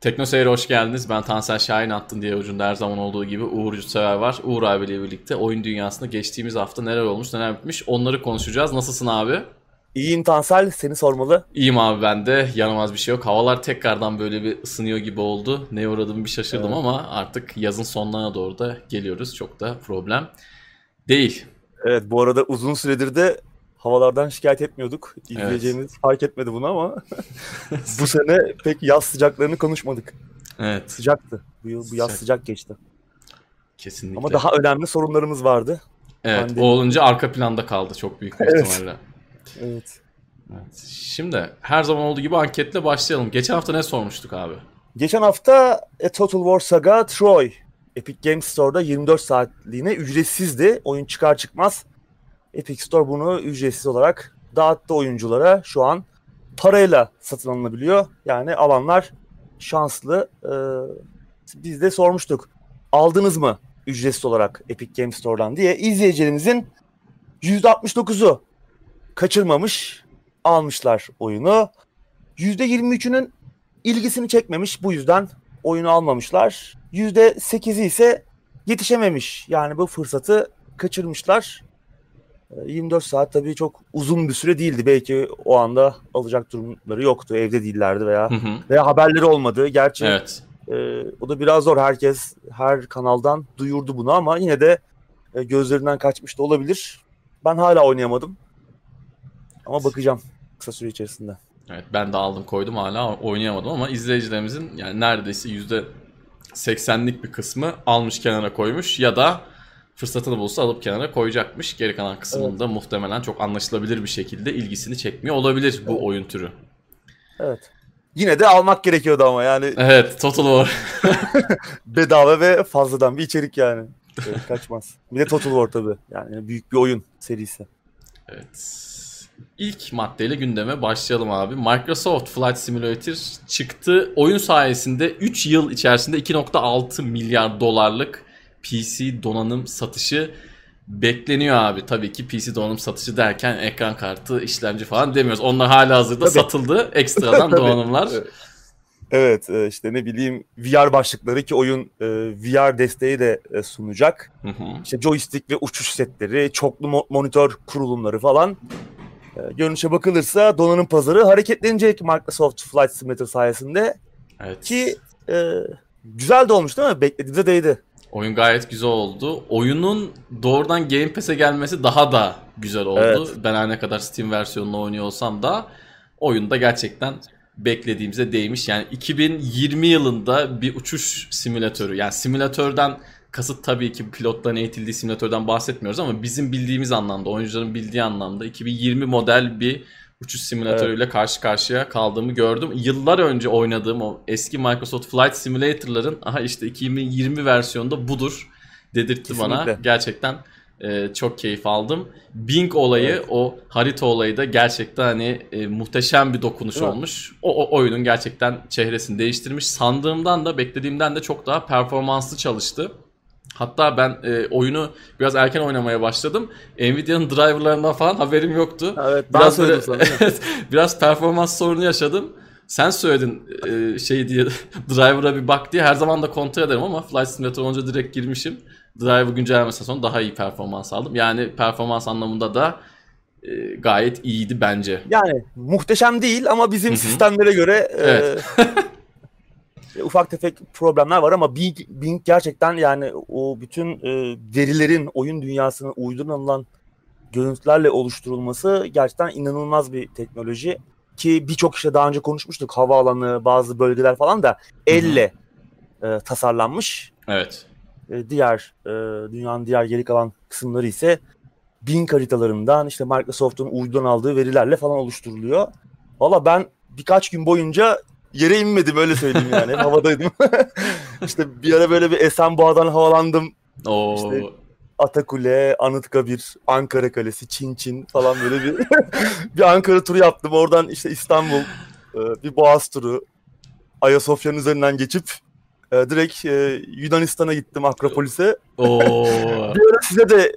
Tekno Seyir'e hoş geldiniz. Ben Tansel Şahin, attın diye ucunda her zaman olduğu gibi Uğur Yurtsever var. Uğur abiyle birlikte oyun dünyasında geçtiğimiz hafta neler olmuş neler bitmiş onları konuşacağız. Nasılsın abi? İyiyim Tansel, seni sormalı. İyiyim abi, ben de yanılmaz bir şey yok. Havalar tekrardan böyle bir ısınıyor gibi oldu. Neye uğradığımı bir şaşırdım Evet. ama artık yazın sonlarına doğru da geliyoruz. Çok da problem değil. Evet, bu arada uzun süredir de havalardan şikayet etmiyorduk. Evet. İzleyeceğimiz fark etmedi bunu ama bu sene pek yaz sıcaklarını konuşmadık. Evet. Sıcaktı. Bu yıl bu yaz Sıcak. sıcak geçti. Ama Kesinlikle. daha önemli sorunlarımız vardı. Evet. O Pandemi. olunca arka planda kaldı çok büyük bir Evet. ihtimalle. Evet. Evet. Şimdi her zaman olduğu gibi anketle başlayalım. Geçen hafta ne sormuştuk abi? Geçen hafta Total War Saga Troy Epic Games Store'da 24 saatliğine ücretsizdi. Oyun çıkar çıkmaz Epic Store bunu ücretsiz olarak dağıttı oyunculara. Şu an parayla satın alınabiliyor. Yani alanlar şanslı. Biz de sormuştuk. Aldınız mı ücretsiz olarak Epic Games Store'dan diye. İzleyicilerimizin %69'u kaçırmamış, almışlar oyunu. %23'ünün ilgisini çekmemiş, bu yüzden oyunu almamışlar. %8'i ise yetişememiş. Yani bu fırsatı kaçırmışlar. 24 saat tabii çok uzun bir süre değildi. Belki o anda alacak durumları yoktu. Evde değillerdi Hı veya hı. haberleri olmadı. Gerçi Evet. o da biraz zor. Herkes her kanaldan duyurdu bunu ama yine de gözlerinden kaçmış da olabilir. Ben hala oynayamadım ama bakacağım kısa süre içerisinde. Evet, ben de aldım koydum, hala oynayamadım ama izleyicilerimizin yani neredeyse %80'lik bir kısmı almış kenara koymuş ya da fırsatını bulsa alıp kenara koyacakmış. Geri kalan Evet, kısmında muhtemelen çok anlaşılabilir bir şekilde ilgisini çekmiyor olabilir bu evet, oyun türü. evet. Yine de almak gerekiyordu ama yani Evet, Total War. bedava ve fazladan bir içerik yani. Kaçmaz. Bir de Total War tabii. Yani büyük bir oyun serisi. Evet. İlk maddeyle gündeme başlayalım abi. Microsoft Flight Simulator çıktı. Oyun sayesinde 3 yıl içerisinde 2,6 milyar dolarlık PC donanım satışı bekleniyor abi. Tabii ki PC donanım satışı derken ekran kartı, işlemci falan demiyoruz. Onlar hala hazırda Tabii. satıldı. Ekstradan Tabii. donanımlar. Evet, işte ne bileyim VR başlıkları ki oyun VR desteği de sunacak. Hı hı. İşte joystick ve uçuş setleri, çoklu monitör kurulumları falan. Görünüşe bakılırsa donanım pazarı hareketlenecek Microsoft Flight Simulator sayesinde. Evet. Ki güzel de olmuş değil mi? Beklediğimize değdi. Oyun gayet güzel oldu. Oyunun doğrudan Game Pass'e gelmesi daha da güzel oldu. Evet. Ben her ne kadar Steam versiyonunu oynuyor olsam da oyunda gerçekten beklediğimize değmiş. Yani 2020 yılında bir uçuş simülatörü. Yani simülatörden kasıt tabii ki pilotların eğitildiği simülatörden bahsetmiyoruz ama bizim bildiğimiz anlamda, oyuncuların bildiği anlamda 2020 model bir uçuş Evet. simülatörüyle karşı karşıya kaldığımı gördüm. Yıllar önce oynadığım o eski Microsoft Flight Simulator'ların aha işte 2020 versiyonunda budur dedirtti bana. Kesinlikle. Gerçekten çok keyif aldım. Bing olayı, Evet. o harita olayı da gerçekten hani muhteşem bir dokunuş Değil mi? olmuş. O oyunun gerçekten çehresini değiştirmiş. Sandığımdan da beklediğimden de çok daha performanslı çalıştı. Hatta ben oyunu biraz erken oynamaya başladım. Nvidia'nın driverlarından falan haberim yoktu. Evet, ben Biraz böyle söyledim sana değil mi? biraz performans sorunu yaşadım. Sen söyledin şey diye driver'a bir bak diye. Her zaman da kontrol ederim ama Flight Simulator olunca direkt girmişim. Driver güncellemesinden sonra daha iyi performans aldım. Yani performans anlamında da gayet iyiydi bence. Yani muhteşem değil ama Hı bizim hı. sistemlere göre Evet. ufak tefek problemler var ama Bing gerçekten yani o bütün verilerin oyun dünyasının uydurulan görüntülerle oluşturulması gerçekten inanılmaz bir teknoloji. Ki birçok işte daha önce konuşmuştuk, havaalanı, bazı bölgeler falan da Hı hı. elle tasarlanmış. Evet. Diğer dünyanın diğer geri kalan kısımları ise Bing haritalarından işte Microsoft'un uydudan aldığı verilerle falan oluşturuluyor. Valla ben birkaç gün boyunca yere inmedim, öyle söyleyeyim yani. Hep havadaydım. İşte bir ara böyle bir Esenboğa'dan havalandım. İşte O Atakule, Anıtkabir, Ankara Kalesi, Çin falan böyle bir bir Ankara turu yaptım. Oradan işte İstanbul, bir Boğaz turu, Ayasofya'nın üzerinden geçip direkt Yunanistan'a gittim, Akropolis'e. o Bir ara size de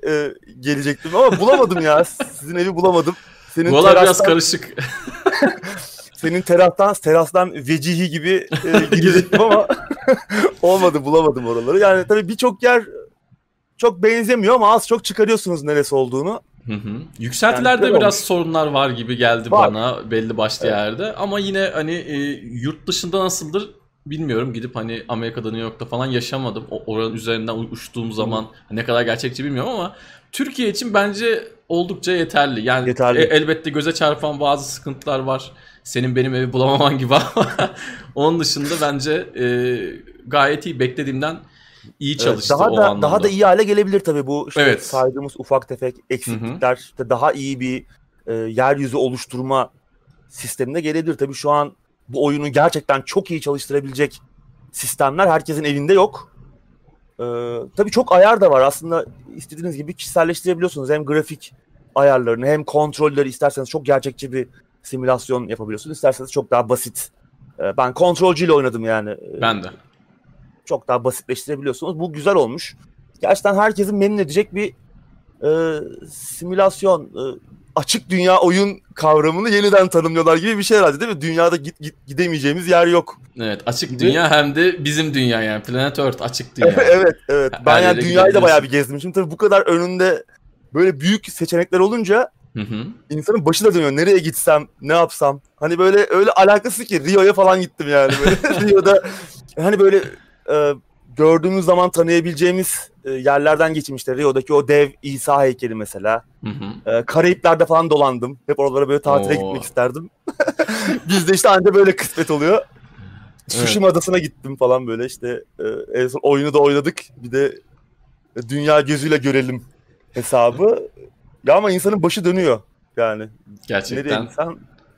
gelecektim ama bulamadım ya. Sizin evi bulamadım. Senin Buralar biraz terastan karışık. senin terastan vecihi gibi girecektim ama olmadı, bulamadım oraları. Yani tabii birçok yer çok benzemiyor ama az çok çıkarıyorsunuz neresi olduğunu. Yükseltilerde Yani biraz sorunlar var gibi geldi var. bana belli başlı yerde. Ama yine hani yurt dışında nasıldır bilmiyorum. Gidip hani Amerika'da, New York'ta falan yaşamadım. Oranın üzerinden uçtuğum zaman ne kadar gerçekçi bilmiyorum ama Türkiye için bence oldukça yeterli. Yani Yeterli. Elbette göze çarpan bazı sıkıntılar var. Senin benim evi bulamaman gibi ama onun dışında bence gayet iyi, beklediğimden iyi çalıştı o anlamda. Daha da iyi hale gelebilir tabii bu işte Evet. saydığımız ufak tefek eksiklikler. İşte daha iyi bir yeryüzü oluşturma sistemine gelebilir. Tabii şu an bu oyunu gerçekten çok iyi çalıştırabilecek sistemler herkesin evinde yok. Tabii çok ayar da var. Aslında istediğiniz gibi kişiselleştirebiliyorsunuz. Hem grafik ayarlarını hem kontrolleri, isterseniz çok gerçekçi bir simülasyon yapabiliyorsunuz. İsterseniz çok daha basit. Ben kontrolcüyle oynadım yani. Ben de. Çok daha basitleştirebiliyorsunuz. Bu güzel olmuş. Gerçekten herkesin memnun edecek bir simülasyon, açık dünya oyun kavramını yeniden tanımlıyorlar gibi bir şey herhalde, değil mi? Dünyada gidemeyeceğimiz yer yok. Evet, açık dünya hem de bizim dünya, yani Planet Earth açık dünya. Evet. Ben yani dünyayı da bayağı bir gezdim. Şimdi tabii bu kadar önünde böyle büyük seçenekler olunca insanın başı da dönüyor. Nereye gitsem, ne yapsam? Hani böyle öyle alakası ki Rio'ya falan gittim yani. Böyle Rio'da hani böyle gördüğümüz zaman tanıyabileceğimiz yerlerden geçtim işte. Rio'daki o dev İsa heykeli mesela. Karayipler'de falan dolandım. Hep oralara böyle tatile gitmek isterdim. Bizde işte anca böyle kısmet oluyor. Tsushima Adası'na gittim falan böyle işte. En son oyunu da oynadık. Bir de dünya gözüyle görelim hesabı. Ya ama insanın başı dönüyor yani. Gerçekten. Nereye gitsen,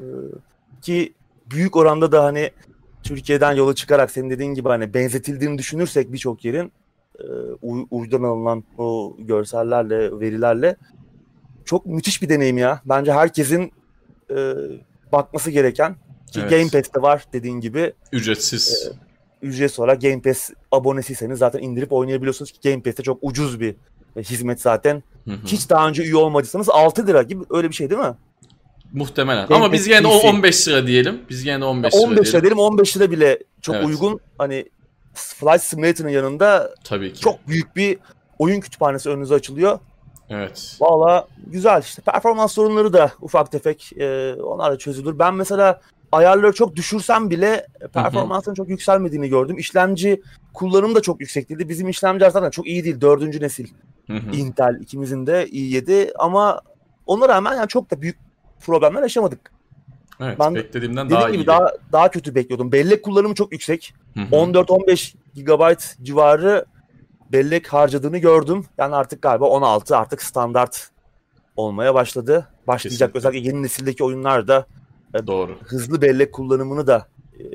ki büyük oranda da hani Türkiye'den yola çıkarak senin dediğin gibi hani benzetildiğini düşünürsek birçok yerin uydudan alınan o görsellerle, verilerle çok müthiş bir deneyim ya. Bence herkesin bakması gereken ki Game Pass'te var dediğin gibi. Ücretsiz. Ücretsiz olarak Game Pass abonesiyseniz zaten indirip oynayabiliyorsunuz ki Game Pass'te çok ucuz bir hizmet zaten. Hiç daha önce üye olmadıysanız 6 lira gibi öyle bir şey değil mi? Muhtemelen. Ama biz gene de 15 lira diyelim. Biz gene de 15 lira 15 lira diyelim. 15 lira bile çok Evet. uygun. Hani Flight Simulator'ın yanında tabii ki çok büyük bir oyun kütüphanesi önünüze açılıyor. Evet. Valla güzel işte. Performans sorunları da ufak tefek onlar da çözülür. Ben mesela ayarları çok düşürsem bile performansın çok yükselmediğini gördüm. İşlemci kullanımı da çok yüksek değildi. Bizim işlemciler zaten çok iyi değil. 4. nesil Intel, ikimizin de i7 ama ona rağmen yani çok da büyük problemler yaşamadık. Evet, ben beklediğimden daha iyi. Daha kötü bekliyordum. Bellek kullanımı çok yüksek. 14-15 GB civarı bellek harcadığını gördüm. Yani artık galiba 16 artık standart olmaya başladı. Başlayacak. Kesinlikle. Özellikle yeni nesildeki oyunlarda doğru. Hızlı bellek kullanımını da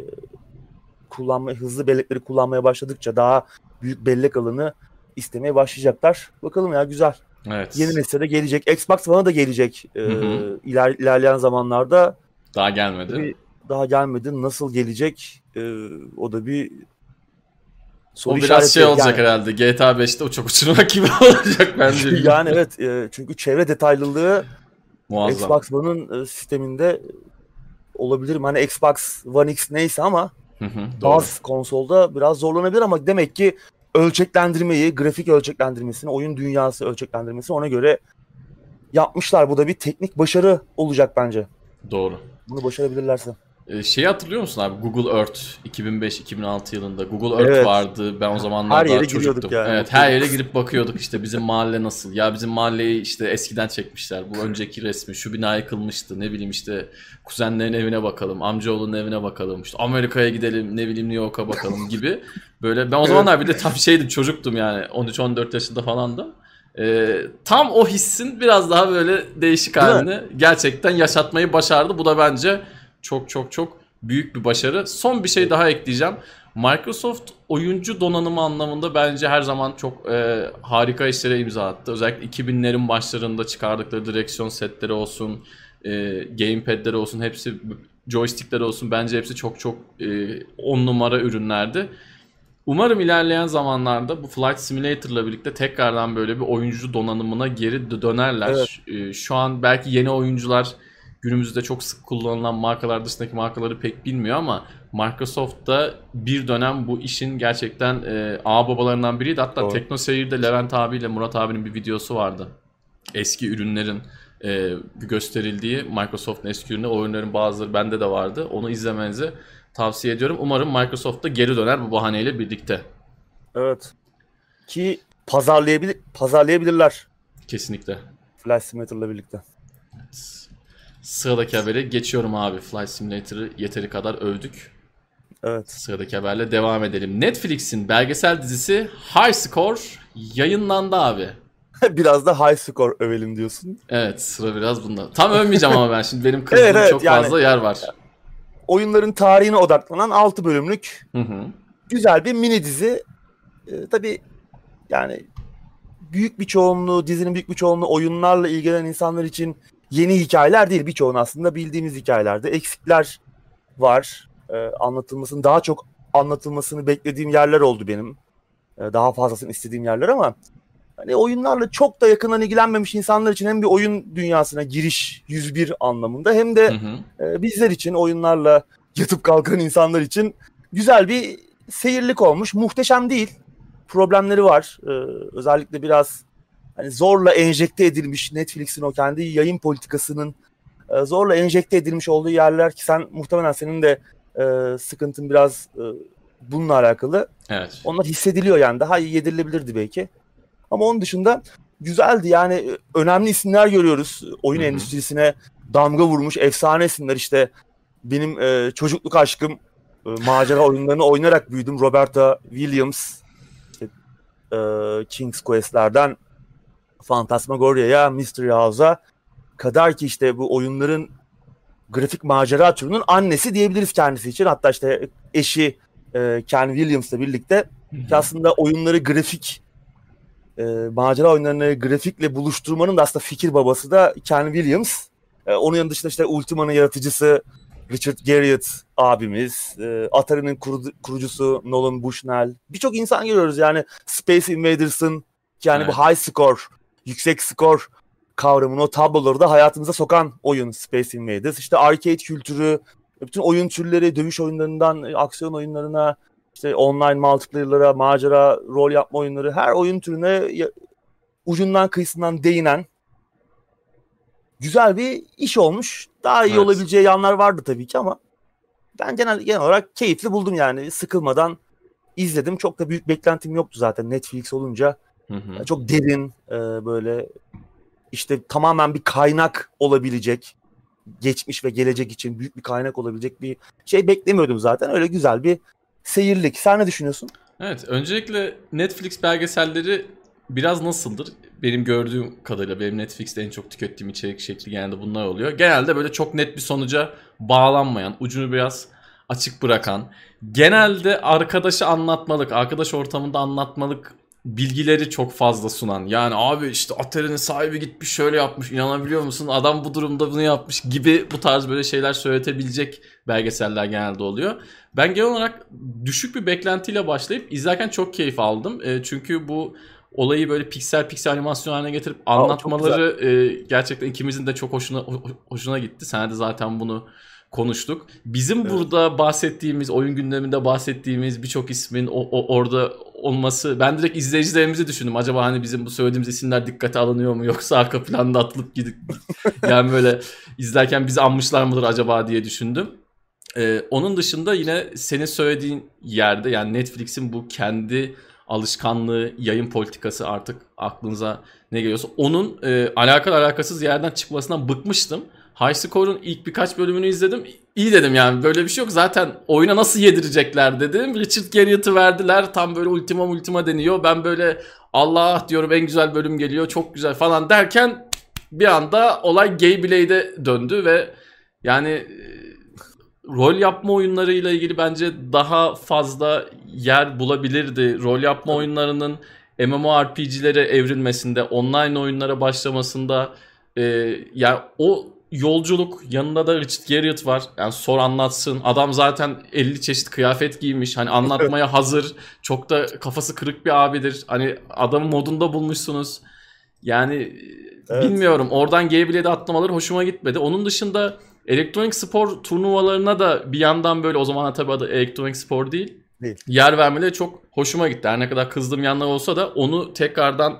hızlı bellekleri kullanmaya başladıkça daha büyük bellek alanı istemeye başlayacaklar. Bakalım ya, güzel. Evet. Yeni nesile gelecek. Xbox One'a da gelecek ilerleyen zamanlarda. Daha gelmedi. Daha gelmedi. Nasıl gelecek? O da bir soru o işareti. biraz şey olacak yani. Herhalde. GTA 5'te uçak uçurmak gibi olacak bence. Yani evet. Çünkü çevre detaylılığı muazzam. Xbox One'ın sisteminde olabilir mi? Hani Xbox One X neyse ama bazı konsolda biraz zorlanabilir ama demek ki ölçeklendirmeyi, grafik ölçeklendirmesini, oyun dünyası ölçeklendirmesini ona göre yapmışlar. Bu da bir teknik başarı olacak bence. Doğru. Bunu başarabilirlerse. Şeyi hatırlıyor musun abi? Google Earth 2005-2006 yılında Google Earth vardı. Ben o zamanlar daha çocuktum. Yani. Evet, her yere girip bakıyorduk işte bizim mahalle nasıl? Ya bizim mahalleyi işte eskiden çekmişler. Bu önceki resmi, şu bina yıkılmıştı. Ne bileyim işte kuzenlerin evine bakalım, amcaoğlunun evine bakalım. İşte Amerika'ya gidelim, ne bileyim New York'a bakalım gibi. Böyle ben o zamanlar bir de tam şeydim, çocuktum yani. 13-14 yaşında falandım. Tam o hissin biraz daha böyle değişik halini gerçekten yaşatmayı başardı. Bu da bence çok büyük bir başarı. Son bir şey daha ekleyeceğim. Microsoft oyuncu donanımı anlamında bence her zaman çok harika işlere imza attı. Özellikle 2000'lerin başlarında çıkardıkları direksiyon setleri olsun, gamepad'leri olsun, hepsi, joystickleri olsun, bence hepsi çok 10 numara ürünlerdi. Umarım ilerleyen zamanlarda bu Flight Simulator'la birlikte tekrardan böyle bir oyuncu donanımına geri dönerler. Evet. Şu an belki yeni oyuncular günümüzde çok sık kullanılan markalar dışındaki markaları pek bilmiyor ama Microsoft da bir dönem bu işin gerçekten ağ babalarından biriydi. Hatta Doğru. Tekno Seyir'de Levent abiyle Murat abinin bir videosu vardı. Eski ürünlerin gösterildiği, Microsoft'un eski ürünü, o ürünlerin bazıları bende de vardı. Onu izlemenizi tavsiye ediyorum. Umarım Microsoft da geri döner bu bahaneyle birlikte. Evet. Ki pazarlayabilirler Kesinlikle. Flight Simulator'la birlikte. Sıradaki habere geçiyorum abi. Flight Simulator'ı yeteri kadar övdük. Evet. Sıradaki haberle devam edelim. Netflix'in belgesel dizisi High Score yayınlandı abi. Biraz da high score övelim diyorsun. Evet, sıra biraz bunda. Tam övmeyeceğim ama ben şimdi benim kızdığım Evet, çok yani fazla yer var. oyunların tarihine odaklanan 6 bölümlük Hı hı. güzel bir mini dizi. Tabii yani dizinin büyük bir çoğunluğu oyunlarla ilgilenen insanlar için yeni hikayeler değil. Birçoğunu aslında bildiğimiz hikayelerde. Eksikler var. Daha çok anlatılmasını beklediğim yerler oldu benim. Daha fazlasını istediğim yerler ama hani oyunlarla çok da yakından ilgilenmemiş insanlar için hem bir oyun dünyasına giriş 101 anlamında hem de bizler için, oyunlarla yatıp kalkan insanlar için güzel bir seyirlik olmuş. Muhteşem değil. Problemleri var. Özellikle biraz hani zorla enjekte edilmiş, Netflix'in o kendi yayın politikasının zorla enjekte edilmiş olduğu yerler ki muhtemelen senin de sıkıntın biraz bununla alakalı. Evet. Onlar hissediliyor yani. Daha iyi yedirilebilirdi belki. Ama onun dışında güzeldi. Yani önemli isimler görüyoruz. Oyun endüstrisine damga vurmuş efsane isimler. İşte benim çocukluk aşkım, macera oyunlarını oynayarak büyüdüm. Roberta Williams, işte, King's Quest'lerden Phantasmagoria'ya, Mystery House'a kadar ki işte bu oyunların grafik macera türünün annesi diyebiliriz kendisi için. Hatta işte eşi Ken Williams'la birlikte ki aslında macera oyunlarını grafikle buluşturmanın da aslında fikir babası da Ken Williams. Onun yanı dışında işte Ultima'nın yaratıcısı Richard Garriott abimiz, Atari'nin kurucusu Nolan Bushnell. Birçok insan görüyoruz yani Space Invaders'ın yani bu high score, yüksek skor kavramını, o tabloları da hayatımıza sokan oyun Space Invaders. İşte arcade kültürü, bütün oyun türleri, dövüş oyunlarından aksiyon oyunlarına, işte online multiplayer'lara, macera, rol yapma oyunları, her oyun türüne ucundan kıyısından değinen güzel bir iş olmuş. Daha iyi olabileceği yanlar vardı tabii ki ama ben genel olarak keyifli buldum yani. Sıkılmadan izledim. Çok da büyük beklentim yoktu zaten Netflix olunca. Çok derin, böyle işte tamamen bir kaynak olabilecek, geçmiş ve gelecek için büyük bir kaynak olabilecek bir şey beklemiyordum zaten. Öyle güzel bir seyirlik. Sen ne düşünüyorsun? Evet, öncelikle Netflix belgeselleri biraz nasıldır? Benim gördüğüm kadarıyla benim Netflix'te en çok tükettiğim içerik şekli genelde bunlar oluyor. Genelde böyle çok net bir sonuca bağlanmayan, ucunu biraz açık bırakan, genelde arkadaşı anlatmalık, arkadaş ortamında anlatmalık bilgileri çok fazla sunan. Yani abi işte Atari'nin sahibi gitmiş şöyle yapmış, inanabiliyor musun? Adam bu durumda bunu yapmış gibi bu tarz böyle şeyler söyletebilecek belgeseller genelde oluyor. Ben genel olarak düşük bir beklentiyle başlayıp izlerken çok keyif aldım. Çünkü bu olayı böyle piksel piksel animasyon haline getirip anlatmaları gerçekten ikimizin de çok hoşuna gitti. Sen de zaten bunu konuştuk. Bizim burada bahsettiğimiz, oyun gündeminde bahsettiğimiz birçok ismin orada olması, ben direkt izleyicilerimizi düşündüm. Acaba hani bizim bu söylediğimiz isimler dikkate alınıyor mu yoksa arka planda atılıp gidip yani böyle izlerken bizi anmışlar mıdır acaba diye düşündüm. Onun dışında yine senin söylediğin yerde yani Netflix'in bu kendi alışkanlığı, yayın politikası artık aklınıza ne geliyorsa onun alakasız yerden çıkmasından bıkmıştım. High Score'un ilk birkaç bölümünü izledim. İyi dedim yani böyle bir şey yok. Zaten oyuna nasıl yedirecekler dedim. Richard Garriott'ı verdiler. Tam böyle ultima deniyor. Ben böyle Allah diyorum en güzel bölüm geliyor. Çok güzel falan derken bir anda olay Gayblade'e döndü ve yani rol yapma oyunlarıyla ilgili bence daha fazla yer bulabilirdi. Rol yapma oyunlarının MMORPG'lere evrilmesinde, online oyunlara başlamasında yani o yolculuk, yanında da Richard Garriott var. Yani sor anlatsın. Adam zaten 50 çeşit kıyafet giymiş. Hani anlatmaya hazır. Çok da kafası kırık bir abidir. Hani adamı modunda bulmuşsunuz. Yani Evet. Bilmiyorum. Oradan Gayblade'e atlamaları hoşuma gitmedi. Onun dışında elektronik spor turnuvalarına da bir yandan böyle, o zaman tabii adı elektronik spor değil, Değil. yer vermeleri çok hoşuma gitti. Her ne kadar kızdığım yanlar olsa da onu tekrardan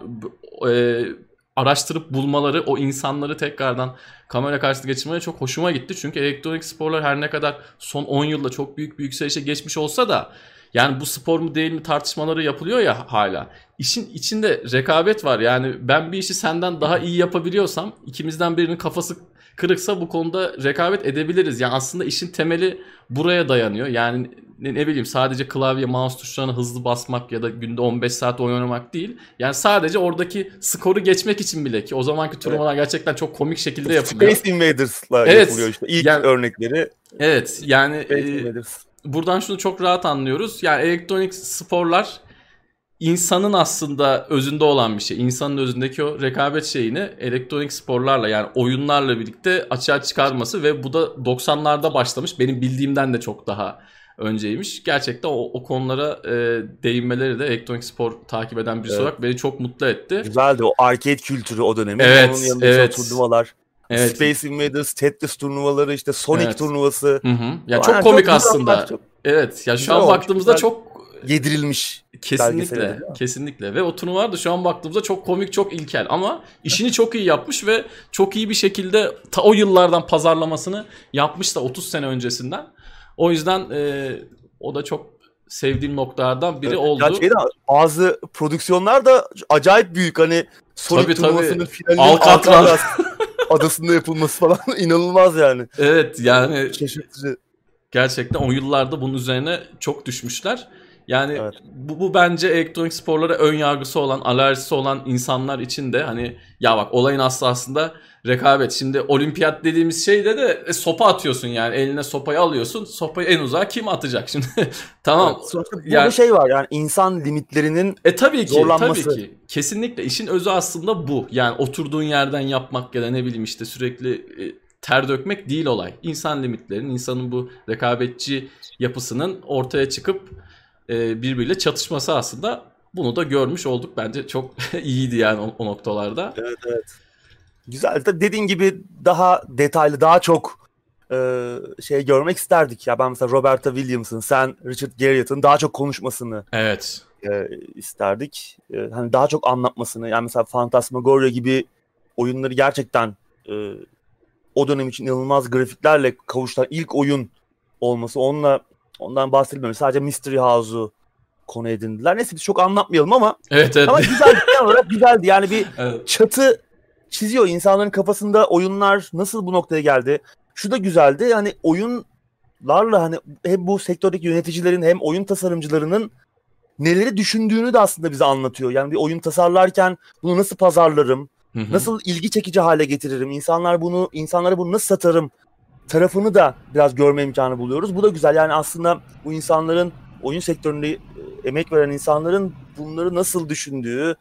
araştırıp bulmaları, o insanları tekrardan kamera karşısında geçirmeleri çok hoşuma gitti. Çünkü elektronik sporlar her ne kadar son 10 yılda çok büyük bir yükselişe geçmiş olsa da, yani bu spor mu değil mi tartışmaları yapılıyor ya hala. İşin içinde rekabet var. Yani ben bir işi senden daha iyi yapabiliyorsam, ikimizden birinin kafası kırıksa bu konuda rekabet edebiliriz. Yani aslında işin temeli buraya dayanıyor. Yani ne bileyim, sadece klavye, mouse tuşlarına hızlı basmak ya da günde 15 saat oyun oynamak değil. Yani sadece oradaki skoru geçmek için bile, ki o zamanki turnuvalar gerçekten çok komik şekilde yapılıyor. Space Invaders'la Evet. yapılıyor işte. İlk Yani- örnekleri Evet yani Space Invaders. buradan şunu çok rahat anlıyoruz. Yani elektronik sporlar insanın aslında özünde olan bir şey. İnsanın özündeki o rekabet şeyini elektronik sporlarla, yani oyunlarla birlikte açığa çıkarması ve bu da 90'larda başlamış. Benim bildiğimden de çok daha önceymiş. Gerçekten o konulara değinmeleri de elektronik spor takip eden birisi Evet. olarak beni çok mutlu etti. Güzeldi o arcade kültürü o dönemi. Evet, Onun yanında evet. işte o turnuvalar. Evet. Space Invaders, Tetris turnuvaları, işte Sonic Evet. turnuvası. Hı hı. Ya Aynen, çok komik güzel aslında. olmuş, çok Evet. Ya şu güzel an olmuş, baktığımızda güzel çok yedirilmiş. belgeseli kesinlikle, değil mi? kesinlikle. Ve o turnuvalar da şu an baktığımızda çok komik, çok ilkel ama işini çok iyi yapmış ve çok iyi bir şekilde ta o yıllardan pazarlamasını yapmış da 30 sene öncesinden. O yüzden o da çok sevdiğim noktalardan biri oldu. Ya bazı prodüksiyonlar da acayip büyük. Hani Sonic Tabii, turnuvasının tabii. finalinin Alcatraz. Alcatraz adasında yapılması falan inanılmaz yani. Evet yani Şaşırtıcı. gerçekten o yıllarda bunun üzerine çok düşmüşler. Yani Evet. bu bence elektronik sporlara ön yargısı olan, alerjisi olan insanlar için de hani, ya bak olayın aslı aslında rekabet. Şimdi olimpiyat dediğimiz şeyde de sopa atıyorsun, yani eline sopayı alıyorsun. Sopayı en uzağa kim atacak şimdi? Tamam. Evet, sonuçta burada Yani şey var yani insan limitlerinin tabii ki, zorlanması. tabii ki. Kesinlikle işin özü aslında bu. Yani oturduğun yerden yapmak ya da ne bileyim işte sürekli ter dökmek değil olay. İnsan limitlerinin, insanın bu rekabetçi yapısının ortaya çıkıp birbiriyle çatışması aslında. Bunu da görmüş olduk. Bence çok iyiydi yani o noktalarda. Evet, evet. Güzel. Dediğin gibi daha detaylı, daha çok şey görmek isterdik. Ya ben mesela Roberta Williams'ın, sen Richard Garriott'ın daha çok konuşmasını Evet. isterdik. Hani daha çok anlatmasını. Yani mesela Phantasmagoria gibi oyunları gerçekten o dönem için inanılmaz grafiklerle kavuşturan ilk oyun olması, ondan bahsedilmiyor. Sadece Mystery House'u konu edindiler. Neyse biz çok anlatmayalım ama Evet, evet. ama güzeldi. Genel olarak güzeldi. Yani bir Evet. çatı çiziyor insanların kafasında, oyunlar nasıl bu noktaya geldi. Şu da güzeldi. Hani oyunlarla hani hem bu sektördeki yöneticilerin hem oyun tasarımcılarının neleri düşündüğünü de aslında bize anlatıyor. Yani bir oyun tasarlarken bunu nasıl pazarlarım? Hı-hı. Nasıl ilgi çekici hale getiririm? İnsanlara bunu nasıl satarım? Tarafını da biraz görme imkanı buluyoruz. Bu da güzel. Yani aslında bu insanların, oyun sektöründe emek veren insanların bunları nasıl düşündüğü,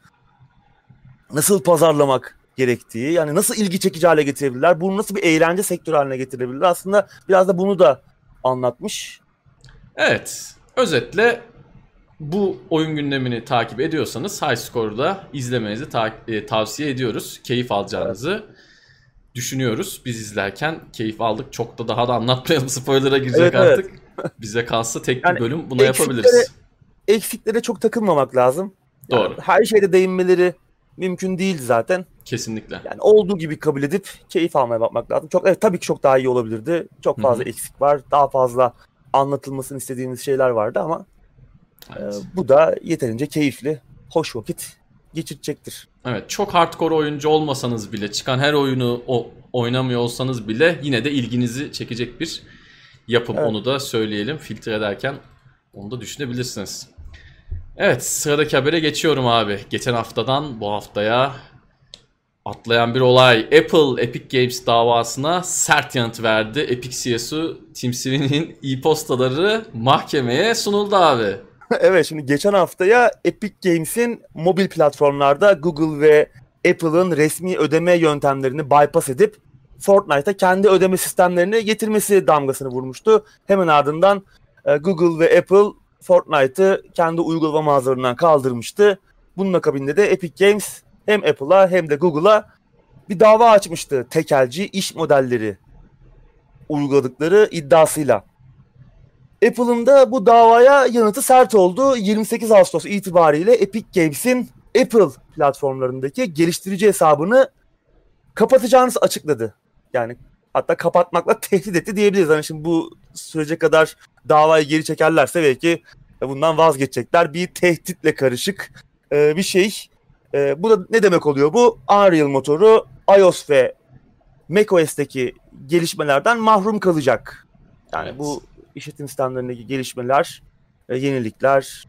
nasıl pazarlamak gerektiği, yani nasıl ilgi çekici hale getirebilirler, bunu nasıl bir eğlence sektörü haline getirebilirler. Aslında biraz da bunu da anlatmış. Evet. Özetle bu oyun gündemini takip ediyorsanız High Score'da izlemenizi tavsiye ediyoruz. Keyif alacağınızı düşünüyoruz. Biz izlerken keyif aldık. Çok da daha da anlatmayalım. Spoiler'a girecek Evet, artık. Bize kalsa tek bir Yani bölüm buna yapabiliriz. Eksiklere çok takılmamak lazım. Yani Doğru. her şeyde değinmeleri mümkün değil zaten. Kesinlikle. Yani olduğu gibi kabul edip keyif almaya bakmak lazım. Evet, tabii ki çok daha iyi olabilirdi. Çok fazla eksik var. Daha fazla anlatılmasını istediğimiz şeyler vardı ama Evet. bu da yeterince keyifli, hoş vakit geçirecektir. Evet, çok hardcore oyuncu olmasanız bile, çıkan her oyunu oynamıyor olsanız bile yine de ilginizi çekecek bir yapım. Evet. Onu da söyleyelim. Filtre ederken onu da düşünebilirsiniz. Evet, sıradaki habere geçiyorum abi. Geçen haftadan bu haftaya atlayan bir olay. Apple Epic Games davasına sert yanıt verdi. Epic CEO'su Tim Sweeney'nin e-postaları mahkemeye sunuldu abi. Evet, şimdi geçen haftaya Epic Games'in mobil platformlarda Google ve Apple'ın resmi ödeme yöntemlerini bypass edip Fortnite'a kendi ödeme sistemlerini getirmesi damgasını vurmuştu. Hemen ardından Google ve Apple Fortnite'ı kendi uygulama mağazalarından kaldırmıştı. Bunun akabinde de Epic Games hem Apple'a hem de Google'a bir dava açmıştı tekelci iş modelleri uyguladıkları iddiasıyla. Apple'ın da bu davaya yanıtı sert oldu. 28 Ağustos itibariyle Epic Games'in Apple platformlarındaki geliştirici hesabını kapatacağını açıkladı. Yani hatta kapatmakla tehdit etti diyebiliriz. Hani şimdi bu sürece kadar davayı geri çekerlerse belki bundan vazgeçecekler. Bir tehditle karışık bir şey. Bu da ne demek oluyor bu? Unreal motoru iOS ve macOS'teki gelişmelerden mahrum kalacak. Yani Evet. bu işletim sistemlerindeki gelişmeler, yenilikler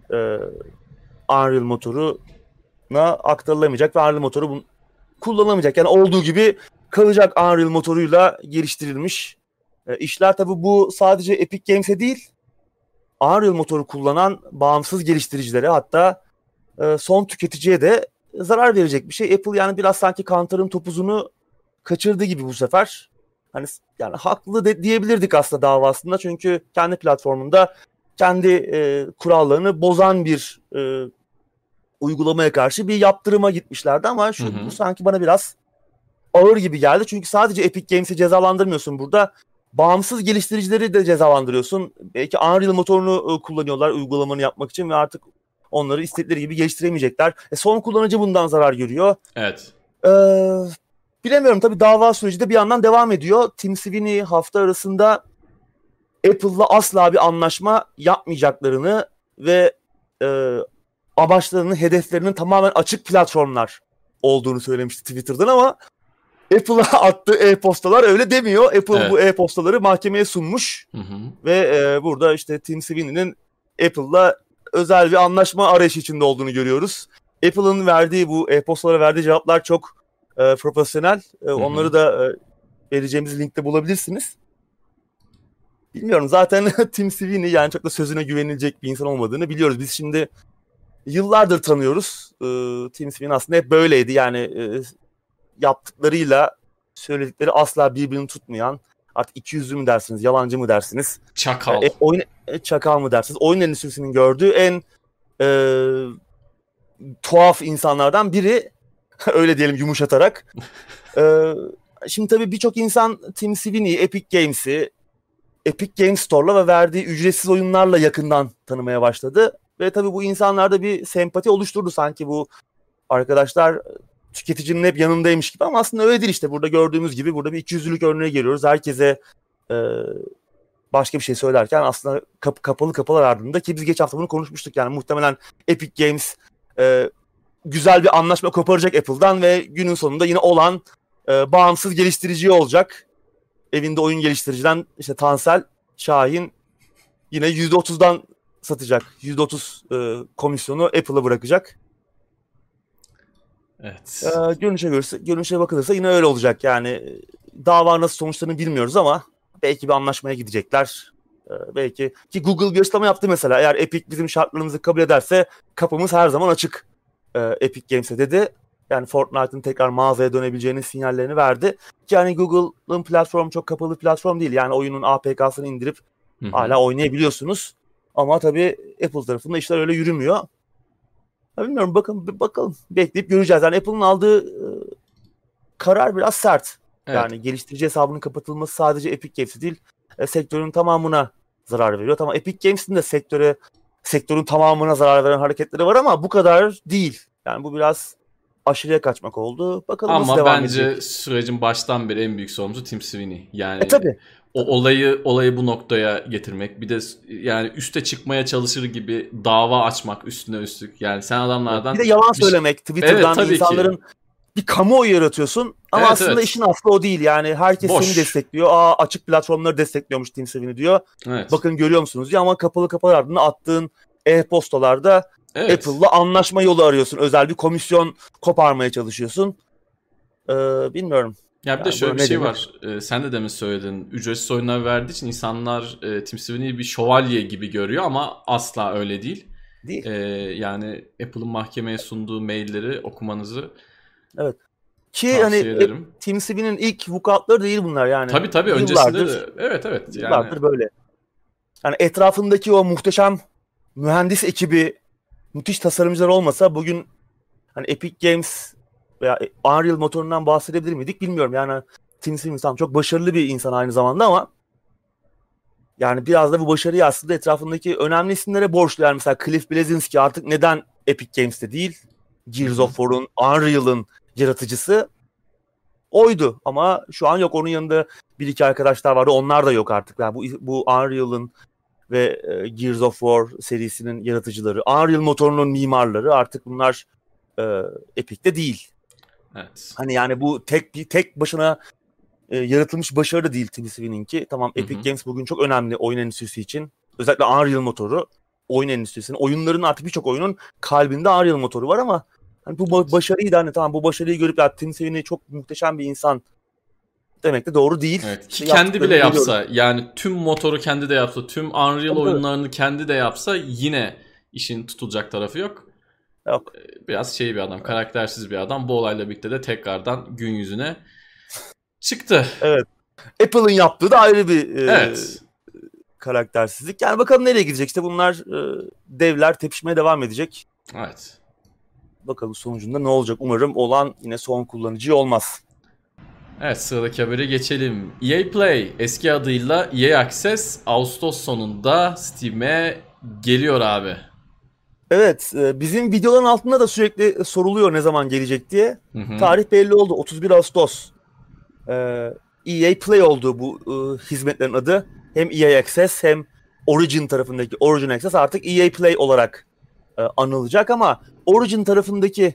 Unreal motoruna aktarılamayacak ve Unreal motoru kullanılamayacak. Yani olduğu gibi kalacak Unreal motoruyla geliştirilmiş işler. Tabii bu sadece Epic Games'e değil, Unreal motoru kullanan bağımsız geliştiricilere, hatta son tüketiciye de zarar verecek bir şey. Apple yani biraz sanki kantarın topuzunu kaçırdı gibi bu sefer. Hani yani haklı diyebilirdik aslında davasında, çünkü kendi platformunda kendi kurallarını bozan bir uygulamaya karşı bir yaptırıma gitmişlerdi ama bu sanki bana biraz ağır gibi geldi. Çünkü sadece Epic Games'i cezalandırmıyorsun burada. Bağımsız geliştiricileri de cezalandırıyorsun. Belki Unreal motorunu kullanıyorlar uygulamanı yapmak için ve artık onları istedikleri gibi geliştiremeyecekler. Son kullanıcı bundan zarar görüyor. Evet. Bilemiyorum, tabii dava süreci de bir yandan devam ediyor. Tim Sweeney hafta arasında Apple'la asla bir anlaşma yapmayacaklarını ve amaçlarının, hedeflerinin tamamen açık platformlar olduğunu söylemişti Twitter'dan ama Apple'a attığı e-postalar öyle demiyor. Apple bu e-postaları mahkemeye sunmuş ve burada işte Tim Sweeney'nin Apple'la özel bir anlaşma arayışı içinde olduğunu görüyoruz. Apple'ın verdiği bu e-postalara verdiği cevaplar çok profesyonel. Onları da vereceğimiz linkte bulabilirsiniz. Bilmiyorum, zaten Tim Sweeney yani çok da sözüne güvenilecek bir insan olmadığını biliyoruz. Biz şimdi yıllardır tanıyoruz. Tim Sweeney aslında hep böyleydi. Yani yaptıklarıyla söyledikleri asla birbirini tutmayan, artık ikiyüzlü mü dersiniz, yalancı mı dersiniz? Çakal. Çakal mı dersiniz? Oyun endüstrisinin gördüğü en tuhaf insanlardan biri. Öyle diyelim yumuşatarak. Şimdi tabii birçok insan Tim Sweeney'i, Epic Games'i, Epic Games Store'la ve verdiği ücretsiz oyunlarla yakından tanımaya başladı. Ve tabii bu insanlarda bir sempati oluşturdu, sanki bu arkadaşlar tüketicinin hep yanındaymış gibi, ama aslında öyle değil işte. Burada gördüğümüz gibi burada bir ikiyüzlülük örneği geliyoruz. Herkese başka bir şey söylerken aslında kapalı ardında, ki biz geçen hafta bunu konuşmuştuk. Yani muhtemelen Epic Games güzel bir anlaşma koparacak Apple'dan ve günün sonunda yine olan bağımsız geliştirici olacak. Evinde oyun geliştiriciden işte Tansel Şahin yine %30'dan satacak. %30 komisyonu Apple'a bırakacak. Evet. Görünüşe bakılırsa yine öyle olacak. Yani dava nasıl sonuçlarını bilmiyoruz ama belki bir anlaşmaya gidecekler. Belki, ki Google bir açıklama yaptı mesela. Eğer Epic bizim şartlarımızı kabul ederse kapımız her zaman açık Epic Games'e dedi. Yani Fortnite'ın tekrar mağazaya dönebileceğinin sinyallerini verdi. Ki yani Google'ın platformu çok kapalı bir platform değil. Yani oyunun APK'sını indirip hala oynayabiliyorsunuz. Ama tabii Apple tarafında işler öyle yürümüyor. Bilmiyorum, bakalım. Bekleyip göreceğiz. Yani Apple'ın aldığı karar biraz sert. Evet. Yani geliştirici hesabının kapatılması sadece Epic Games'e değil, sektörün tamamına zarar veriyor. Tamam, Epic Games'in de sektörün tamamına zarar veren hareketleri var ama bu kadar değil. Yani bu biraz aşırıya kaçmak oldu. Bakalım nasıl devam edecek. Ama bence sürecin baştan beri en büyük sorumlusu Tim Sweeney. Yani tabii. O olayı bu noktaya getirmek, bir de yani üste çıkmaya çalışır gibi dava açmak üstüne üstlük. Yani sen adamlardan bir de yalan söylemek Twitter'dan, insanların bir kamuoyu yaratıyorsun ama aslında işin aslı o değil. Yani herkes seni destekliyor. Açık platformları destekliyormuş Tim Sweeney diyor. Evet. Bakın görüyor musunuz diyor, ama kapalı ardında attığın e-postalarda Apple'la anlaşma yolu arıyorsun. Özel bir komisyon koparmaya çalışıyorsun. Bilmiyorum. Ya bir de şöyle bir şey var. Sen de demin söyledin. Ücretsiz oyunlar verdiği için insanlar Tim Sweeney'i bir şövalye gibi görüyor ama asla öyle değil. Yani Apple'ın mahkemeye sunduğu mailleri okumanızı ki hani Tim Sweeney'nin ilk vukuatları değil bunlar yani. Tabii öncesinde de. Evet. Yıllardır böyle. Yani etrafındaki o muhteşem mühendis ekibi, müthiş tasarımcılar olmasa bugün hani Epic Games veya Unreal motorundan bahsedebilir miydik bilmiyorum. Yani Tim Sweeney tam çok başarılı bir insan aynı zamanda ama yani biraz da bu başarıyı aslında etrafındaki önemli isimlere borçlu. Yani mesela Cliff Bleszinski artık neden Epic Games'te değil? Gears of War'un, Unreal'ın yaratıcısı oydu ama şu an yok. Onun yanında bir iki arkadaşlar vardı. Onlar da yok artık. Yani bu Unreal'ın ve Gears of War serisinin yaratıcıları, Unreal motorunun mimarları artık bunlar Epic'te değil. Evet. Hani yani bu tek başına yaratılmış başarı da değil Tim Sweeney'inki. Tamam, Epic Games bugün çok önemli oyun endüstrisi için. Özellikle Unreal motoru oyun endüstrisinin. Oyunların artık birçok oyunun kalbinde Unreal motoru var ama hani bu başarıyı da hani tamam bu başarıyı görüp ya Tim Sweeney çok muhteşem bir insan demek de doğru değil. Evet. Ki İşte kendi bile yapsa görüyorum. yani tüm motoru kendi de yapsa, tüm Unreal Tabii. oyunlarını kendi de yapsa yine işin tutulacak tarafı yok. Yok. Biraz bir adam, karaktersiz bir adam. Bu olayla birlikte de tekrardan gün yüzüne çıktı. Evet. Apple'ın yaptığı da ayrı bir Evet. karaktersizlik. Yani bakalım nereye gidecek. İşte bunlar devler tepişmeye devam edecek. Evet. Bakalım sonucunda ne olacak. Umarım olan yine son kullanıcı olmaz. Evet, sıradaki habere geçelim. EA Play eski adıyla EA Access Ağustos sonunda Steam'e geliyor abi. Evet, bizim videoların altında da sürekli soruluyor ne zaman gelecek diye. Hı. Tarih belli oldu. 31 Ağustos. EA Play oldu bu hizmetlerin adı. Hem EA Access hem Origin tarafındaki Origin Access artık EA Play olarak anılacak ama Origin tarafındaki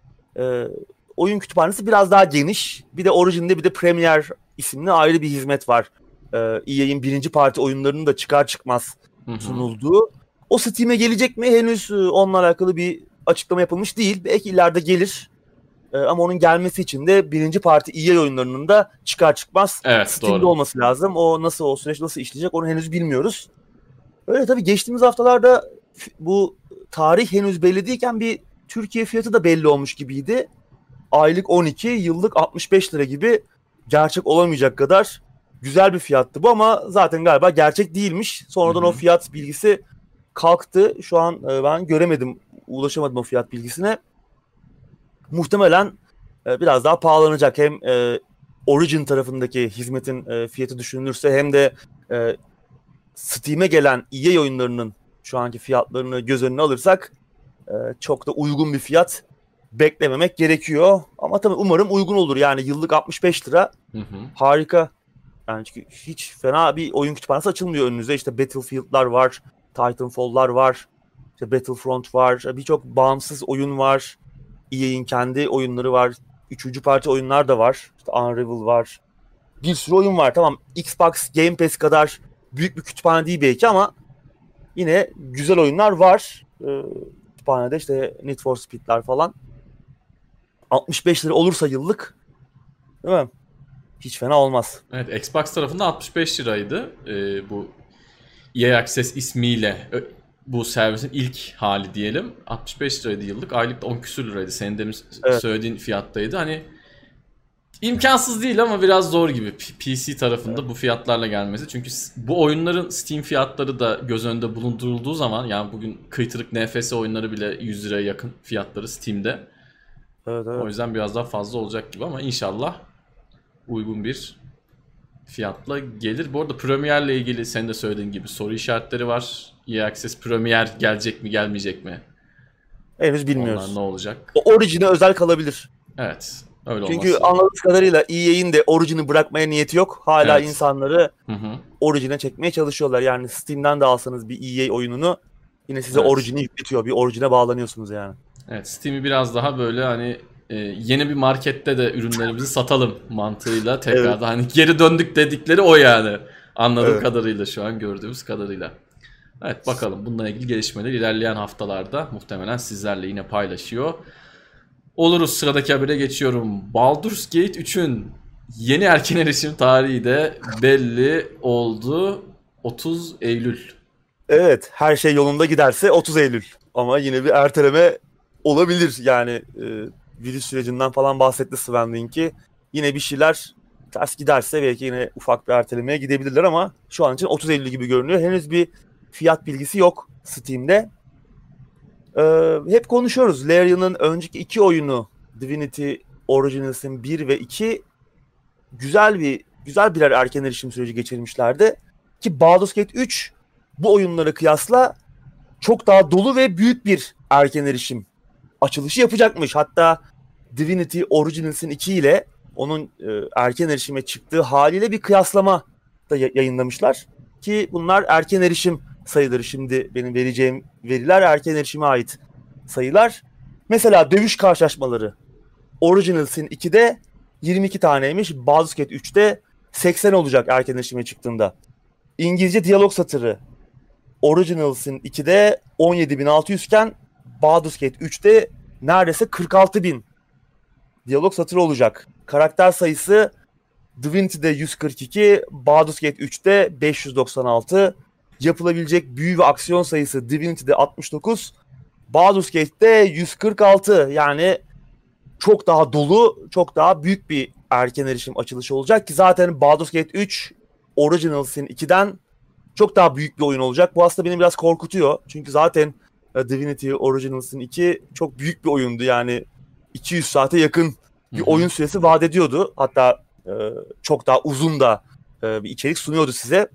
oyun kütüphanesi biraz daha geniş. Bir de Origin'de bir de Premier isimli ayrı bir hizmet var. EA'in birinci parti oyunlarının da çıkar çıkmaz sunulduğu. O Steam'e gelecek mi? Henüz onunla alakalı bir açıklama yapılmış değil. Belki ileride gelir. Ama onun gelmesi için de birinci parti EA oyunlarının da çıkar çıkmaz Steam'de doğru. olması lazım. O süreç nasıl işleyecek onu henüz bilmiyoruz. Öyle tabii geçtiğimiz haftalarda bu tarih henüz belli değilken bir Türkiye fiyatı da belli olmuş gibiydi. Aylık 12, yıllık 65 lira gibi gerçek olamayacak kadar güzel bir fiyattı bu ama zaten galiba gerçek değilmiş. Sonradan o fiyat bilgisi kalktı. Şu an ben göremedim, ulaşamadım o fiyat bilgisine. Muhtemelen biraz daha pahalanacak. Hem Origin tarafındaki hizmetin fiyatı düşünülürse hem de Steam'e gelen EA oyunlarının şu anki fiyatlarını göz önüne alırsak çok da uygun bir fiyat beklememek gerekiyor. Ama tabii umarım uygun olur. Yani yıllık 65 lira harika. Yani çünkü hiç fena bir oyun kütüphanesi açılmıyor önünüze. İşte Battlefield'lar var, Titanfall'lar var, işte Battlefront var, birçok bağımsız oyun var. EA'in kendi oyunları var. Üçüncü parti oyunlar da var. İşte Unravel var. Bir sürü oyun var. Tamam, Xbox Game Pass kadar büyük bir kütüphane değil belki ama yine güzel oyunlar var. Kütüphanede işte Need for Speed'ler falan. 65 lira olursa yıllık, değil mi? Hiç fena olmaz. Evet, Xbox tarafında 65 liraydı. Bu EA Access ismiyle bu servisin ilk hali diyelim. 65 liraydı yıllık. Aylık da 10 küsür liraydı. Senin demin söylediğin fiyattaydı. Hani imkansız değil ama biraz zor gibi PC tarafında bu fiyatlarla gelmesi. Çünkü bu oyunların Steam fiyatları da göz önünde bulundurulduğu zaman yani bugün kıytırık NFC oyunları bile 100 liraya yakın fiyatları Steam'de. Evet. O yüzden biraz daha fazla olacak gibi ama inşallah uygun bir fiyatla gelir. Bu arada Premier'le ilgili senin de söylediğin gibi soru işaretleri var. EA Access Premier gelecek mi gelmeyecek mi? Henüz bilmiyoruz. Onlar ne olacak? O Origin'e özel kalabilir. Evet. Öyle Çünkü olması. anladığımız kadarıyla EA'in de Origin'i bırakmaya niyeti yok. Hala Evet. insanları Origin'e çekmeye çalışıyorlar. Yani Steam'den de alsanız bir EA oyununu yine size Origin'i yükletiyor. Bir Origin'e bağlanıyorsunuz yani. Evet, Steam'i biraz daha böyle hani yeni bir markette de ürünlerimizi satalım mantığıyla tekrardan hani geri döndük dedikleri o yani. Anladığım kadarıyla şu an gördüğümüz kadarıyla. Evet, bakalım bununla ilgili gelişmeler ilerleyen haftalarda muhtemelen sizlerle yine paylaşıyor oluruz. Sıradaki habere geçiyorum. Baldur's Gate 3'ün yeni erken erişim tarihi de belli oldu. 30 Eylül. Evet, her şey yolunda giderse 30 Eylül. Ama yine bir erteleme olabilir. Yani virüs sürecinden falan bahsetti Sven Link'i. Yine bir şeyler ters giderse belki yine ufak bir ertelemeye gidebilirler ama şu an için 30 Eylül gibi görünüyor. Henüz bir fiyat bilgisi yok Steam'de. Hep konuşuyoruz. Larian'ın önceki iki oyunu Divinity Originals'in 1 ve 2 güzel birer erken erişim süreci geçirmişlerdi. Ki Baldur's Gate 3 bu oyunlara kıyasla çok daha dolu ve büyük bir erken erişim açılışı yapacakmış. Hatta Divinity Originals'in 2 ile onun erken erişime çıktığı haliyle bir kıyaslama da yayınlamışlar. Ki bunlar erken erişim sayıları. Şimdi benim vereceğim veriler erken erişime ait sayılar. Mesela dövüş karşılaşmaları Originals'in 2'de 22 taneymiş. Baldur's Gate 3'te 80 olacak erken erişime çıktığında. İngilizce diyalog satırı Originals'in 2'de 17.600 iken Baldur's Gate 3'te neredeyse 46.000 diyalog satırı olacak. Karakter sayısı Divinity'de 142, Baldur's Gate 3'te 596. Yapılabilecek büyü ve aksiyon sayısı Divinity'de 69, Baldur's Gate'de 146. Yani çok daha dolu, çok daha büyük bir erken erişim açılışı olacak ki zaten Baldur's Gate 3 Originals'in 2'den çok daha büyük bir oyun olacak. Bu aslında beni biraz korkutuyor. Çünkü zaten Divinity Originals'in 2 çok büyük bir oyundu. Yani 200 saate yakın bir oyun süresi vaat ediyordu. Hatta çok daha uzun da bir içerik sunuyordu size.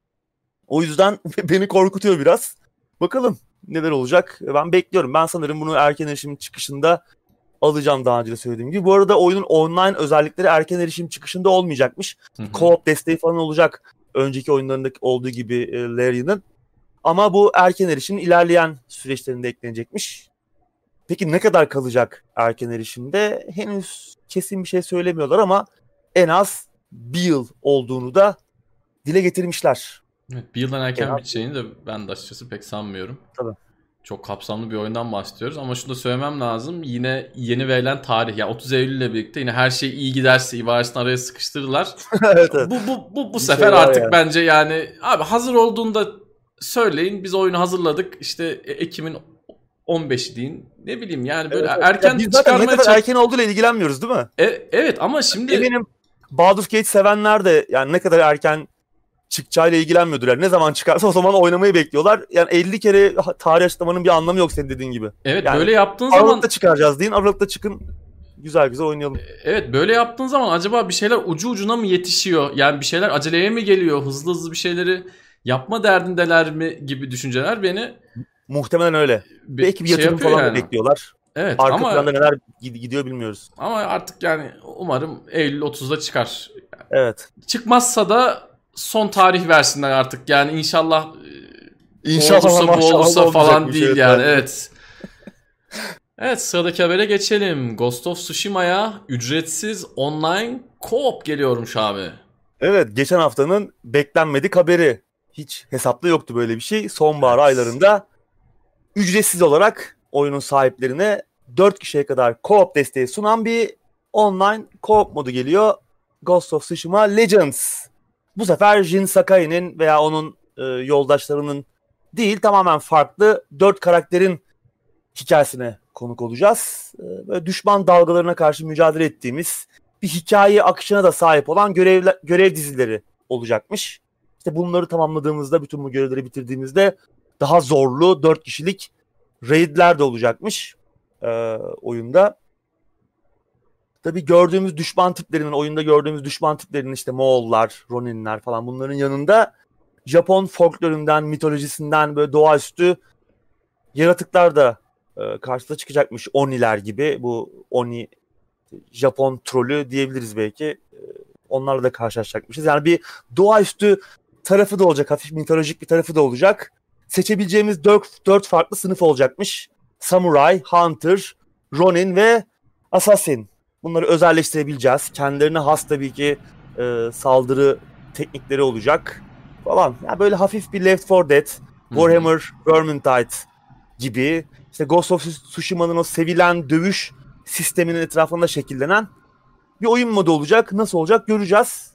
O yüzden beni korkutuyor biraz. Bakalım neler olacak. Ben bekliyorum. Ben sanırım bunu erken erişim çıkışında alacağım, daha önce de söylediğim gibi. Bu arada oyunun online özellikleri erken erişim çıkışında olmayacakmış. Co-op desteği falan olacak. Önceki oyunlarındaki olduğu gibi Larian'ın. Ama bu erken erişimin ilerleyen süreçlerinde eklenecekmiş. Peki ne kadar kalacak erken erişimde? Henüz kesin bir şey söylemiyorlar ama en az bir yıl olduğunu da dile getirmişler. Evet, bir yıldan erken biteceğini de ben de açıkçası pek sanmıyorum. Tabii. Çok kapsamlı bir oyundan bahsediyoruz ama şunu da söylemem lazım. Yine yeni verilen tarih, yani 30 Eylül ile birlikte yine her şey iyi giderse ibaresini araya sıkıştırdılar. Evet. Bu sefer artık yani. Bence yani abi hazır olduğunda söyleyin, biz oyunu hazırladık. İşte Ekim'in 15'i deyin. Ne bileyim yani böyle erken biz zaten ne kadar erken olduğuyla ilgilenmiyoruz değil mi? Evet ama şimdi eminim Baldur's Gate sevenler de yani ne kadar erken çıkacağıyla ilgilenmiyordur. Yani ne zaman çıkarsa o zaman oynamayı bekliyorlar. Yani 50 kere tarih açıklamanın bir anlamı yok senin dediğin gibi. Evet, yani böyle yaptığın zaman Aralıkta çıkaracağız deyin. Aralıkta çıkın. Güzel oynayalım. Evet, böyle yaptığın zaman acaba bir şeyler ucu ucuna mı yetişiyor? Yani bir şeyler aceleye mi geliyor? Hızlı bir şeyleri yapma derdindeler mi gibi düşünceler beni muhtemelen öyle. Belki bir yatırım falan da bekliyorlar. Evet, arka planda neler gidiyor bilmiyoruz. Ama artık yani umarım Eylül 30'da çıkar. Evet. Çıkmazsa da son tarih versinler artık. Yani inşallah bu olursa falan değil yani. Evet. Evet. Evet, sıradaki habere geçelim. Ghost of Tsushima'ya ücretsiz online co-op geliyormuş abi. Evet, geçen haftanın beklenmedik haberi. Hiç hesapta yoktu böyle bir şey. Sonbahar aylarında ücretsiz olarak oyunun sahiplerine 4 kişiye kadar co-op desteği sunan bir online co-op modu geliyor. Ghost of Tsushima Legends. Bu sefer Jin Sakai'nin veya onun yoldaşlarının değil, tamamen farklı 4 karakterin hikayesine konuk olacağız. Böyle düşman dalgalarına karşı mücadele ettiğimiz bir hikaye akışına da sahip olan görev dizileri olacakmış. İşte bunları tamamladığımızda, bütün bu görevleri bitirdiğimizde daha zorlu 4 kişilik raidler de olacakmış oyunda. Tabii oyunda gördüğümüz düşman tiplerinin işte Moğollar, Roninler falan, bunların yanında Japon folklorundan, mitolojisinden böyle doğaüstü yaratıklar da karşıda çıkacakmış. Oniler gibi. Bu Oni Japon trolü diyebiliriz belki. Onlarla da karşılaşacakmışız. Yani bir doğaüstü tarafı da olacak. Hafif mitolojik bir tarafı da olacak. Seçebileceğimiz 4 farklı sınıf olacakmış. Samurai, Hunter, Ronin ve Assassin. Bunları özelleştirebileceğiz. Kendilerine has tabii ki saldırı teknikleri olacak falan. Yani böyle hafif bir Left 4 Dead, Warhammer, Vermintide gibi, işte Ghost of Tsushima'nın o sevilen dövüş sisteminin etrafında şekillenen bir oyun modu olacak. Nasıl olacak göreceğiz.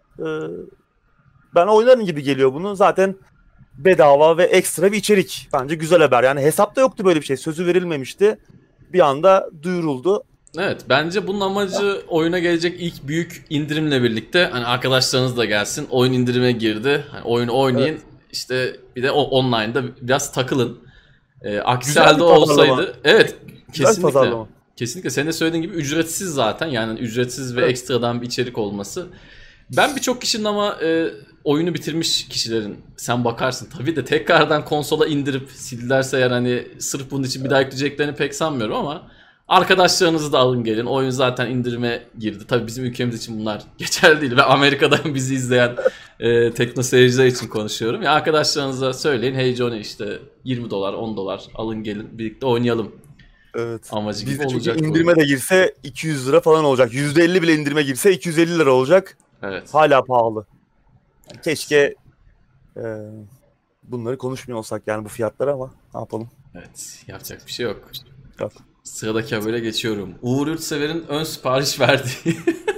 Ben oynarım gibi geliyor bunu. Zaten bedava ve ekstra bir içerik. Bence güzel haber. Yani hesapta yoktu böyle bir şey. Sözü verilmemişti. Bir anda duyuruldu. Evet, bence bunun amacı oyuna gelecek ilk büyük indirimle birlikte hani arkadaşlarınız da gelsin. Oyun indirime girdi. Hani oyunu oynayın. Evet. İşte bir de online'da biraz takılın. Aksi halde olsaydı. Evet, güzel kesinlikle. Kesinlikle senin de söylediğin gibi ücretsiz zaten, yani ücretsiz ve Evet. ekstradan bir içerik olması. Ben birçok kişinin ama oyunu bitirmiş kişilerin, sen bakarsın tabii de tekrardan konsola indirip sildilerse eğer, hani sırf bunun için bir daha yükleyeceklerini pek sanmıyorum ama arkadaşlarınızı da alın gelin. Oyun zaten indirime girdi. Tabii bizim ülkemiz için bunlar geçerli değil ve Amerika'dan bizi izleyen tekno seyirciler için konuşuyorum. Ya arkadaşlarınıza söyleyin, hey Johnny işte $20 $10 alın gelin birlikte oynayalım Evet. amacı gibi Bizde çünkü olacak bu indirme oyun. de girse 200 lira falan olacak. %50 bile indirime girse 250 lira olacak. Evet. Hala pahalı. Keşke bunları konuşmuyor olsak yani bu fiyatlara, ama ne yapalım? Evet, yapacak bir şey yok. Yok. Sıradaki habere geçiyorum. Uğur Yurtsever'in ön sipariş verdiği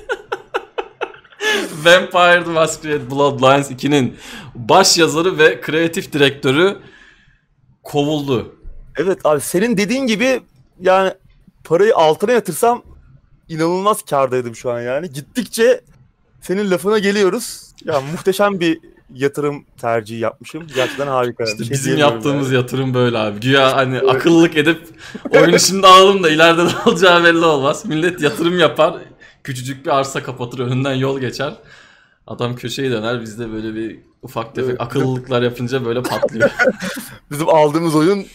Vampire the Masquerade Bloodlines 2'nin baş yazarı ve kreatif direktörü kovuldu. Evet abi, senin dediğin gibi yani parayı altına yatırsam inanılmaz kârdaydım şu an yani. Gittikçe senin lafına geliyoruz. Ya muhteşem bir yatırım tercihi yapmışım. Gerçekten harika. İşte Bir şey bizim diyemiyorum yaptığımız yani. yatırım böyle abi. Güya hani Evet. akıllılık edip oyunu şimdi alalım da ileride ne olacağı belli olmaz. Millet yatırım yapar. Küçücük bir arsa kapatır, önünden yol geçer. Adam köşeyi döner, biz de böyle bir ufak tefek Evet, akıllılıklar yapınca böyle patlıyor. bizim aldığımız oyun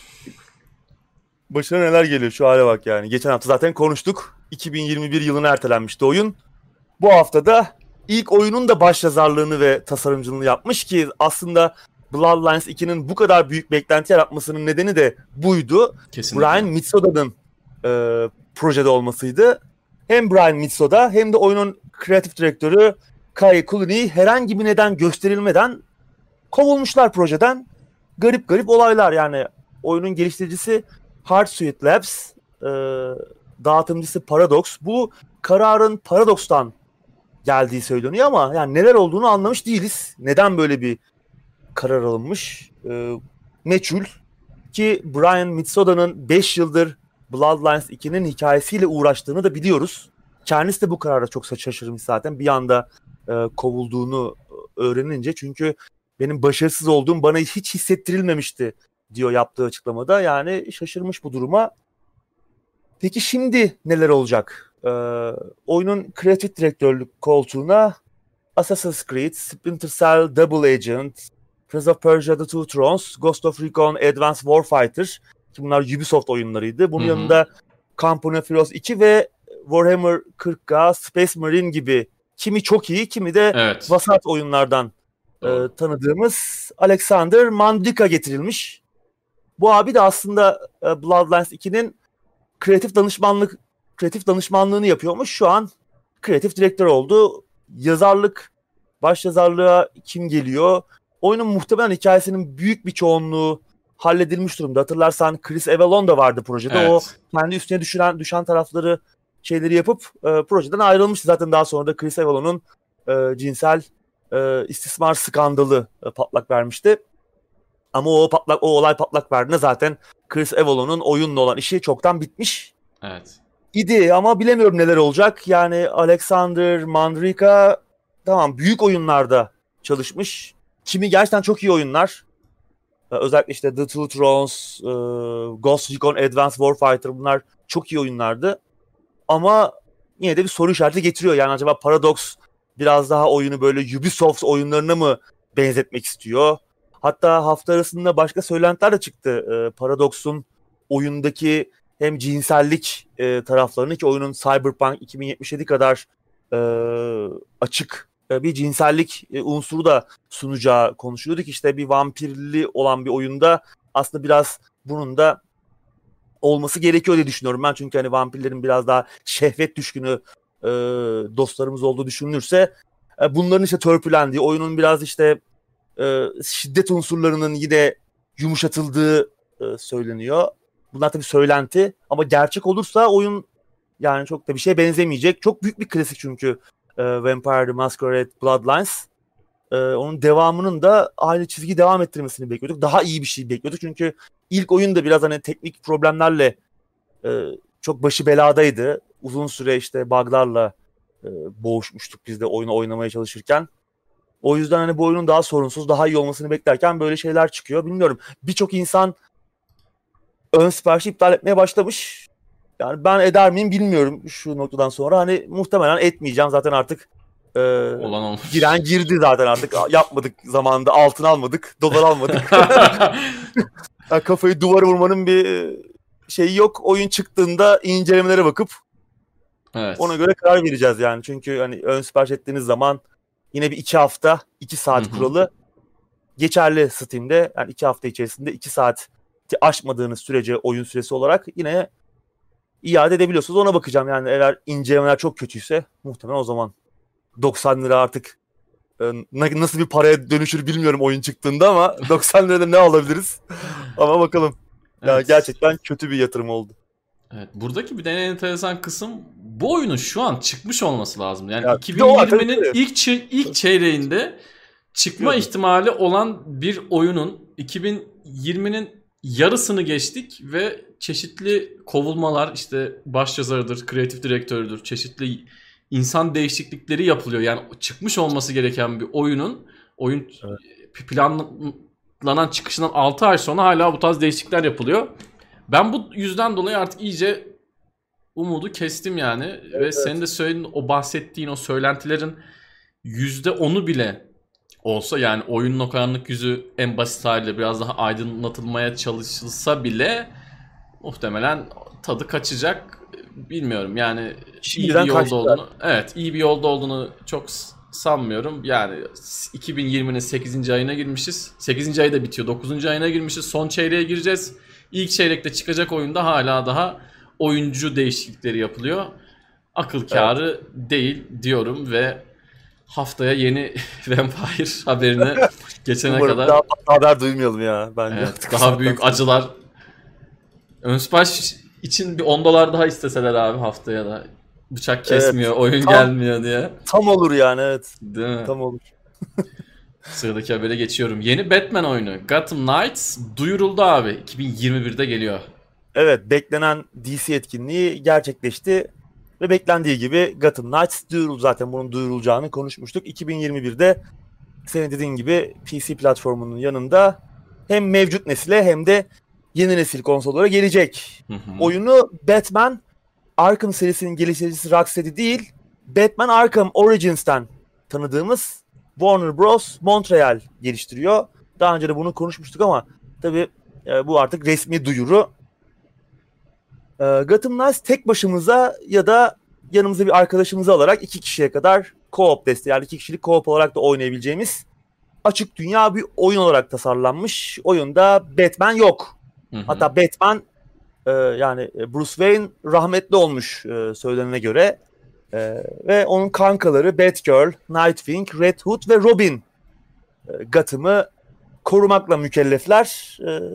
başına neler geliyor şu hale bak yani. Geçen hafta zaten konuştuk. 2021 yılına ertelenmişti oyun. Bu hafta da ilk oyunun da başyazarlığını ve tasarımcılığını yapmış ki aslında Bloodlines 2'nin bu kadar büyük beklenti yaratmasının nedeni de buydu. Kesinlikle. Brian Mitsoda'nın projede olmasıydı. Hem Brian Mitsoda hem de oyunun kreatif direktörü Kai Kulini herhangi bir neden gösterilmeden kovulmuşlar projeden. Garip garip olaylar yani. Oyunun geliştiricisi Hardsuite Labs, dağıtımcısı Paradox. Bu kararın Paradox'tan geldiği söyleniyor ama yani neler olduğunu anlamış değiliz. Neden böyle bir karar alınmış? Meçhul. Ki Brian Mitsoda'nın 5 yıldır Bloodlines 2'nin hikayesiyle uğraştığını da biliyoruz. Kendisi de bu karara çok şaşırmış zaten. Bir anda kovulduğunu öğrenince. Çünkü benim başarısız olduğum bana hiç hissettirilmemişti diyor yaptığı açıklamada. Yani şaşırmış bu duruma. Peki şimdi neler olacak? Oyunun kreatif direktörlük koltuğuna Assassin's Creed, Splinter Cell, Double Agent, Prince of Persia: The Two Thrones, Ghost of Recon Advanced Warfighter, ki bunlar Ubisoft oyunlarıydı. Bunun yanında Company of Heroes 2 ve Warhammer 40K, Space Marine gibi kimi çok iyi, kimi de vasat oyunlardan tanıdığımız Alexander Mandryka getirilmiş. Bu abi de aslında Bloodlines 2'nin kreatif danışmanlığını yapıyormuş. Şu an kreatif direktör oldu. Baş yazarlığa kim geliyor? Oyunun muhtemelen hikayesinin büyük bir çoğunluğu halledilmiş durumda. Hatırlarsan Chris Avellone da vardı projede. Evet. O kendi üstüne düşen tarafları şeyleri yapıp projeden ayrılmıştı. Zaten daha sonra da Chris Avellone'un cinsel istismar skandalı patlak vermişti. Ama o olay patlak verdiğinde zaten Chris Avellone'un oyunla olan işi çoktan bitmiş. Evet. İdi ama bilemiyorum neler olacak. Yani Alexander Mandryka tamam büyük oyunlarda çalışmış. Kimi gerçekten çok iyi oyunlar. Özellikle işte The Two Thrones, Ghost Recon Advanced Warfighter, bunlar çok iyi oyunlardı. Ama yine de bir soru işareti getiriyor. Yani acaba Paradox biraz daha oyunu böyle Ubisoft oyunlarına mı benzetmek istiyor? Hatta hafta arasında başka söylentiler de çıktı. Paradox'un oyundaki hem cinsellik taraflarını, ki oyunun Cyberpunk 2077 kadar açık bir cinsellik unsuru da sunacağı konuşuyorduk. İşte bir vampirli olan bir oyunda aslında biraz bunun da olması gerekiyor diye düşünüyorum ben. Çünkü hani vampirlerin biraz daha şehvet düşkünü dostlarımız olduğu düşünülürse bunların işte törpülendiği, oyunun biraz işte şiddet unsurlarının yine yumuşatıldığı söyleniyor. Bunlar tabii söylenti ama gerçek olursa oyun yani çok da bir şeye benzemeyecek. Çok büyük bir klasik çünkü Vampire the Masquerade Bloodlines. Onun devamının da aynı çizgi devam ettirmesini bekliyorduk. Daha iyi bir şey bekliyorduk çünkü ilk oyun da biraz hani teknik problemlerle çok başı beladaydı. Uzun süre işte bug'larla boğuşmuştuk biz de oyunu oynamaya çalışırken. O yüzden hani bu oyunun daha sorunsuz, daha iyi olmasını beklerken böyle şeyler çıkıyor. Bilmiyorum. Birçok insan ön siparişi iptal etmeye başlamış. Yani ben eder miyim bilmiyorum şu noktadan sonra. Hani muhtemelen etmeyeceğim zaten artık. Olan olmuş. Giren girdi zaten artık. Yapmadık zamanında. Altın almadık. Dolar almadık. Yani kafayı duvara vurmanın bir şeyi yok. Oyun çıktığında incelemelere bakıp ona göre karar vereceğiz yani. Çünkü hani ön sipariş ettiğiniz zaman yine bir 2 hafta 2 saat kuralı geçerli Steam'de. Yani 2 hafta içerisinde 2 saat aşmadığınız sürece oyun süresi olarak yine iade edebiliyorsunuz. Ona bakacağım yani, eğer incelemeler çok kötüyse muhtemelen o zaman 90 lira artık nasıl bir paraya dönüşür bilmiyorum oyun çıktığında, ama 90 lirada ne alabiliriz? Ama bakalım. Ya Evet. gerçekten kötü bir yatırım oldu. Evet, buradaki bir de en enteresan kısım, bu oyunun şu an çıkmış olması lazım. Yani Ya, 2020'nin ilk çeyreğinde çıkma ihtimali olan bir oyunun 2020'nin yarısını geçtik ve çeşitli kovulmalar, işte başyazarıdır, kreatif direktörüdür, çeşitli insan değişiklikleri yapılıyor. Yani çıkmış olması gereken bir oyun planlanan çıkışından 6 ay sonra hala bu tarz değişiklikler yapılıyor. Ben bu yüzden dolayı artık iyice umudu kestim yani. Evet, Ve senin de söylediğin, o bahsettiğin o söylentilerin %10'u bile olsa, yani oyunun o karanlık yüzü en basit haliyle biraz daha aydınlatılmaya çalışılsa bile muhtemelen tadı kaçacak. Bilmiyorum yani, Şimdiden iyi bir yolda kaçtılar. olduğunu. Evet, iyi bir yolda olduğunu çok sanmıyorum. Yani 2020'nin 8. ayına girmişiz. 8. ayı da bitiyor. 9. ayına girmişiz. Son çeyreğe gireceğiz. İlk çeyrekte çıkacak oyunda hala daha oyuncu değişiklikleri yapılıyor. Akıl kârı değil diyorum ve haftaya yeni Vampire haberini geçene Umarım kadar daha fazla haber duymayalım ya bence. evet, daha büyük acılar. Ön sipariş için bir $10 daha isteseler abi haftaya da. Bıçak kesmiyor, oyun gelmiyor diye. Tam olur yani, evet. Değil mi? Tam olur. Sıradaki habere geçiyorum. Yeni Batman oyunu Gotham Knights duyuruldu abi. 2021'de geliyor. Evet, beklenen DC etkinliği gerçekleşti. Ve beklendiği gibi Gotham Knights duyuruldu, zaten bunun duyurulacağını konuşmuştuk. 2021'de senin dediğin gibi PC platformunun yanında hem mevcut nesile hem de yeni nesil konsollara gelecek. Oyunu Batman Arkham serisinin geliştiricisi Rocksteady değil, Batman Arkham Origins'ten tanıdığımız Warner Bros. Montreal geliştiriyor. Daha önce de bunu konuşmuştuk ama tabii bu artık resmi duyuru. Gotham Knights tek başımıza ya da yanımıza bir arkadaşımızı alarak 2 kişiye kadar co-op desteği, yani 2 kişilik co-op olarak da oynayabileceğimiz açık dünya bir oyun olarak tasarlanmış. Oyunda Batman yok. Hatta Batman yani Bruce Wayne rahmetli olmuş söylenene göre. Ve onun kankaları Batgirl, Nightwing, Red Hood ve Robin Gotham'ı korumakla mükellefler.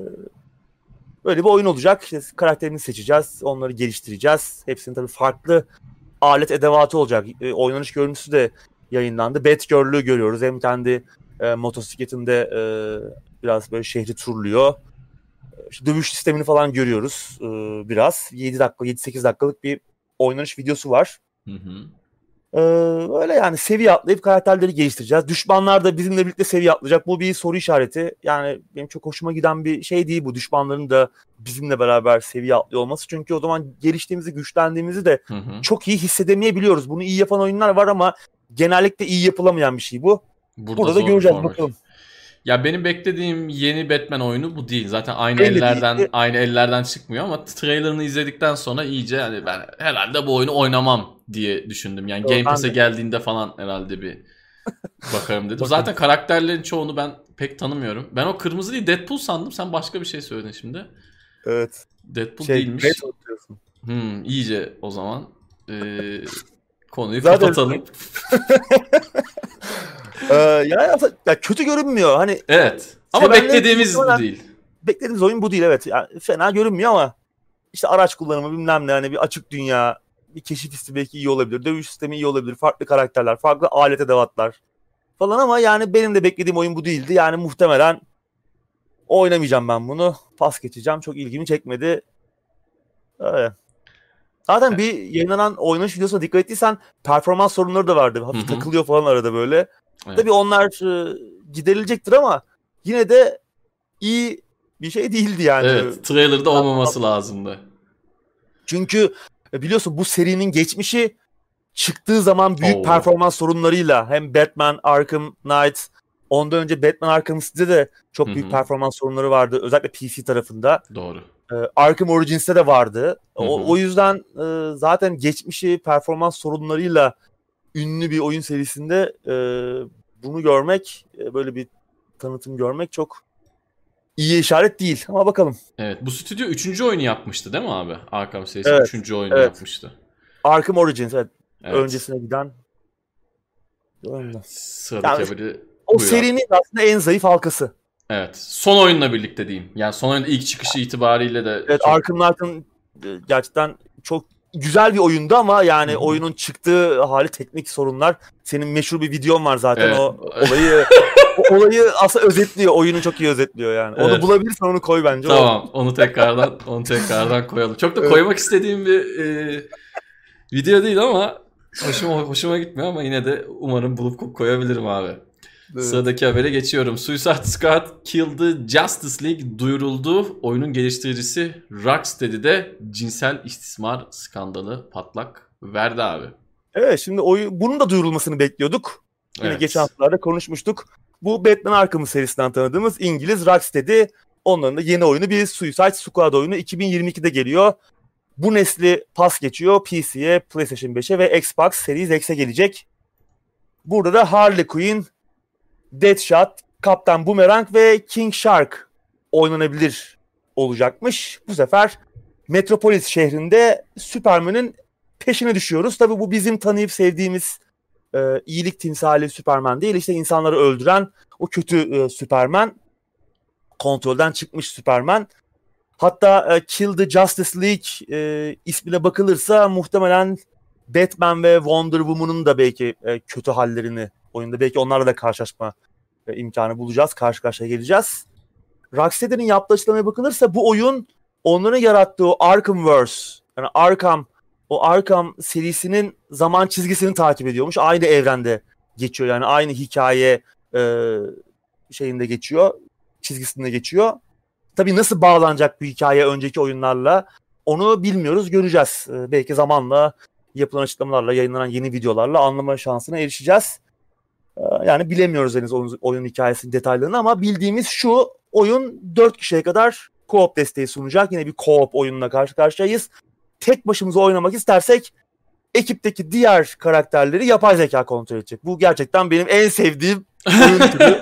Böyle bir oyun olacak. İşte karakterimizi seçeceğiz, onları geliştireceğiz. Hepsinin tabii farklı alet edevatı olacak. Oynanış görüntüsü de yayınlandı. Batgirl'ü görüyoruz. Hem kendi motosikletinde biraz böyle şehri turluyor. İşte dövüş sistemini falan görüyoruz biraz. 7-8 dakikalık bir oynanış videosu var. Öyle yani, seviye atlayıp karakterleri geliştireceğiz. Düşmanlar da bizimle birlikte seviye atlayacak. Bu bir soru işareti. Yani benim çok hoşuma giden bir şey değil bu. Düşmanların da bizimle beraber seviye atlıyor olması. Çünkü o zaman geliştiğimizi, güçlendiğimizi de çok iyi hissedemeyebiliyoruz. Bunu iyi yapan oyunlar var ama genellikle iyi yapılamayan bir şey bu. Burada da göreceğiz bakalım. Ya benim beklediğim yeni Batman oyunu bu değil. Zaten aynı Belli aynı ellerden çıkmıyor ama trailerını izledikten sonra iyice yani ben herhalde bu oyunu oynamam diye düşündüm. Yani Game Pass'e geldiğinde falan herhalde bir bakarım dedim. Zaten karakterlerin çoğunu ben pek tanımıyorum. Ben o kırmızı değil, Deadpool sandım. Sen başka bir şey söyledin şimdi. Evet. Deadpool değilmiş. Deadpool iyice o zaman konuyu kapatalım. Ya kötü görünmüyor. Hani evet. Ama beklediğimiz bu değil. Beklediğimiz oyun bu değil, evet. Yani fena görünmüyor ama işte araç kullanımı bilmem ne, hani bir açık dünya, bir keşif hissi belki iyi olabilir. Dövüş sistemi iyi olabilir. Farklı karakterler, farklı alet edevatlar falan, ama yani benim de beklediğim oyun bu değildi. Yani muhtemelen oynamayacağım ben bunu. Pas geçeceğim. Çok ilgimi çekmedi. Öyle. Zaten bir yayınlanan oynanış videosuna dikkat ettiysen performans sorunları da vardı. Hafif takılıyor falan arada böyle. Evet. Tabii onlar giderilecektir ama yine de iyi bir şey değildi yani. Evet, trailer'da olmaması lazımdı. Çünkü biliyorsun bu serinin geçmişi çıktığı zaman büyük performans sorunlarıyla, hem Batman Arkham Knight, ondan önce Batman Arkham City'de de çok büyük performans sorunları vardı. Özellikle PC tarafında. Doğru. Arkham Origins'te de vardı. O yüzden zaten geçmişi performans sorunlarıyla ünlü bir oyun serisinde bunu görmek, böyle bir tanıtım görmek çok iyi işaret değil. Ama bakalım. Evet, bu stüdyo 3. oyunu yapmıştı değil mi abi? Arkham serisi 3. oyunu yapmıştı. Arkham Origins, evet. Evet. Öncesine giden. Sıradaki haberi o serinin aslında en zayıf halkası. Evet. Son oyunla birlikte diyeyim. Yani son oyunun ilk çıkışı itibariyle de... Evet, çok... Arkham Knight'ın gerçekten çok güzel bir oyundu ama yani oyunun çıktığı hali, teknik sorunlar. Senin meşhur bir videon var zaten, evet. O olayı aslında özetliyor. Oyunu çok iyi özetliyor yani. Evet. Onu bulabilirsen onu koy bence. Tamam. Onu tekrardan koyalım. Çok da koymak istediğim bir video değil ama hoşuma gitmiyor ama yine de umarım bulup koyabilirim abi. Evet. Sıradaki habere geçiyorum. Suicide Squad Kill the Justice League duyuruldu. Oyunun geliştiricisi Rocksteady'de cinsel istismar skandalı patlak verdi abi. Evet, şimdi bunun da duyurulmasını bekliyorduk. Yine geçen haftalarda konuşmuştuk. Bu Batman Arkham serisinden tanıdığımız İngiliz Rocksteady, onların da yeni oyunu bir Suicide Squad oyunu 2022'de geliyor. Bu nesli pas geçiyor. PC'ye, PlayStation 5'e ve Xbox Series X'e gelecek. Burada da Harley Quinn, Deadshot, Kaptan Boomerang ve King Shark oynanabilir olacakmış. Bu sefer Metropolis şehrinde Superman'in peşine düşüyoruz. Tabii bu bizim tanıyıp sevdiğimiz iyilik timsali Superman değil. İşte insanları öldüren o kötü Superman. Kontrolden çıkmış Superman. Hatta Kill the Justice League ismine bakılırsa muhtemelen Batman ve Wonder Woman'ın da belki kötü hallerini oyunda, belki onlarla da karşılaşma imkanı bulacağız. Karşı karşıya geleceğiz. Rocksteady'nin yaptığı açıklamaya bakılırsa bu oyun onların yarattığı Arkhamverse, yani o Arkham serisinin zaman çizgisini takip ediyormuş. Aynı evrende geçiyor, yani aynı hikaye şeyinde geçiyor, çizgisinde geçiyor. Tabii nasıl bağlanacak bu hikaye önceki oyunlarla onu bilmiyoruz, göreceğiz. Belki zamanla yapılan açıklamalarla, yayınlanan yeni videolarla anlama şansına erişeceğiz. Yani bilemiyoruz henüz oyun hikayesinin detaylarını ama bildiğimiz şu: oyun 4 kişiye kadar co-op desteği sunacak. Yine bir co-op oyununa karşı karşıyayız. Tek başımıza oynamak istersek ekipteki diğer karakterleri yapay zeka kontrol edecek. Bu gerçekten benim en sevdiğim oyun türü.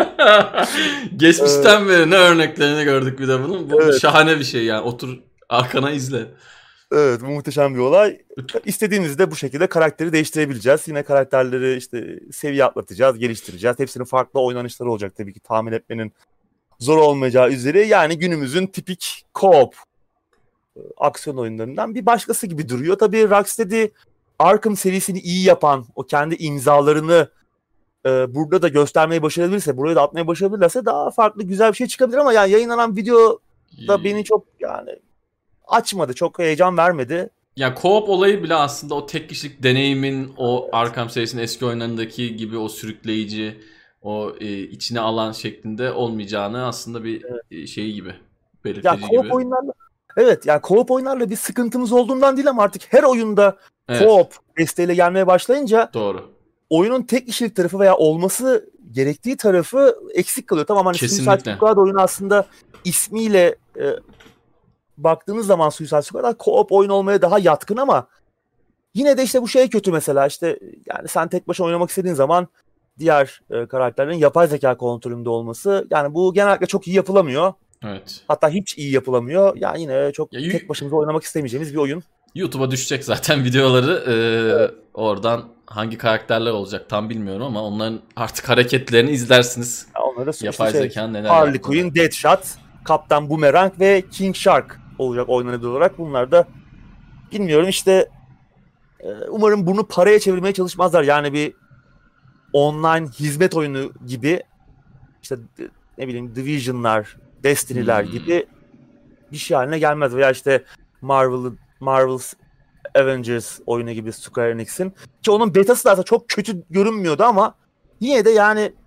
Geçmişten beri ne örneklerini gördük bir de bunun. Bu şahane bir şey yani. Otur arkana izle. Evet, muhteşem bir olay. İstediğimizde bu şekilde karakteri değiştirebileceğiz. Yine karakterleri işte seviye atlatacağız, geliştireceğiz. Hepsinin farklı oynanışları olacak tabii ki, tahmin etmenin zor olmayacağı üzere. Yani günümüzün tipik co-op aksiyon oyunlarından bir başkası gibi duruyor. Tabii Rocksteady Arkham serisini iyi yapan, o kendi imzalarını burada da göstermeyi başarabilirse, buraya da atmayı başarabilirlerse daha farklı güzel bir şey çıkabilir ama yani yayınlanan video da beni çok yani açmadı, çok heyecan vermedi. Ya co-op olayı bile aslında o tek kişilik deneyimin o Arkham serisinin eski oyunlarındaki gibi o sürükleyici, o içine alan şeklinde olmayacağını aslında bir şey gibi, belirtici ya, co-op oyunlarla, evet yani co-op oyunlarla bir sıkıntımız olduğundan değil ama artık her oyunda co-op desteğiyle gelmeye başlayınca doğru, oyunun tek kişilik tarafı veya olması gerektiği tarafı eksik kalıyor. Tamam, hani Suicide Squad oyunu aslında ismiyle baktığınız zaman Suicide Squad co-op oyun olmaya daha yatkın ama yine de işte bu şey kötü mesela, işte yani sen tek başına oynamak istediğin zaman diğer karakterlerin yapay zeka kontrolünde olması, yani bu genellikle çok iyi yapılamıyor. Evet. Hatta hiç iyi yapılamıyor. Yani yine çok tek başımıza oynamak istemeyeceğimiz bir oyun. YouTube'a düşecek zaten videoları. Oradan hangi karakterler olacak tam bilmiyorum ama onların artık hareketlerini izlersiniz. Yapay zekanın neler Harley Quinn, Deadshot, Kaptan Boomerang ve King Shark olacak oynanabilir olarak. Bunlar da bilmiyorum işte, umarım bunu paraya çevirmeye çalışmazlar. Yani bir online hizmet oyunu gibi, işte ne bileyim Division'lar, Destiny'ler gibi bir şey haline gelmez. Veya işte Marvel's Avengers oyunu gibi Square Enix'in. Ki onun betası da çok kötü görünmüyordu ama yine de yani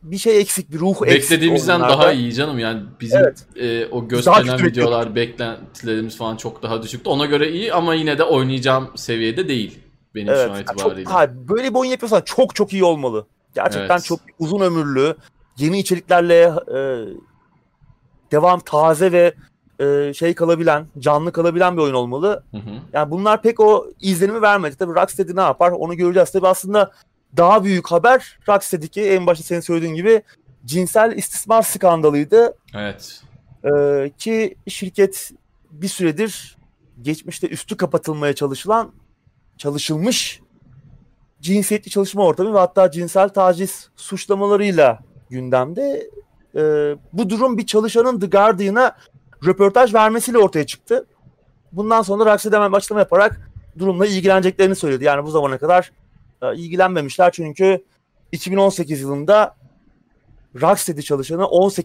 bir şey eksik, bir ruh eksik. Beklediğimizden daha iyi canım. Yani bizim o gösterilen videolar, beklentilerimiz falan çok daha düşüktü. Ona göre iyi ama yine de oynayacağım seviyede değil benim şu an itibariyle. Böyle bir oyun yapıyorsan çok çok iyi olmalı. Gerçekten çok uzun ömürlü, yeni içeriklerle devam taze ve kalabilen, canlı kalabilen bir oyun olmalı. Yani bunlar pek o izlenimi vermedi. Tabii Rocksteady ne yapar onu göreceğiz. Tabii aslında daha büyük haber Rocksteady'deki en başta senin söylediğin gibi cinsel istismar skandalıydı. Evet. Ki şirket bir süredir geçmişte üstü kapatılmaya çalışılmış cinsiyetli çalışma ortamı ve hatta cinsel taciz suçlamalarıyla gündemde. Bu durum bir çalışanın The Guardian'a röportaj vermesiyle ortaya çıktı. Bundan sonra Rocksteady hemen açıklama yaparak durumla ilgileneceklerini söyledi. Yani bu zamana kadar ilgilenmemişler çünkü 2018 yılında Rocksteady çalışanı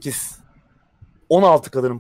16 kadının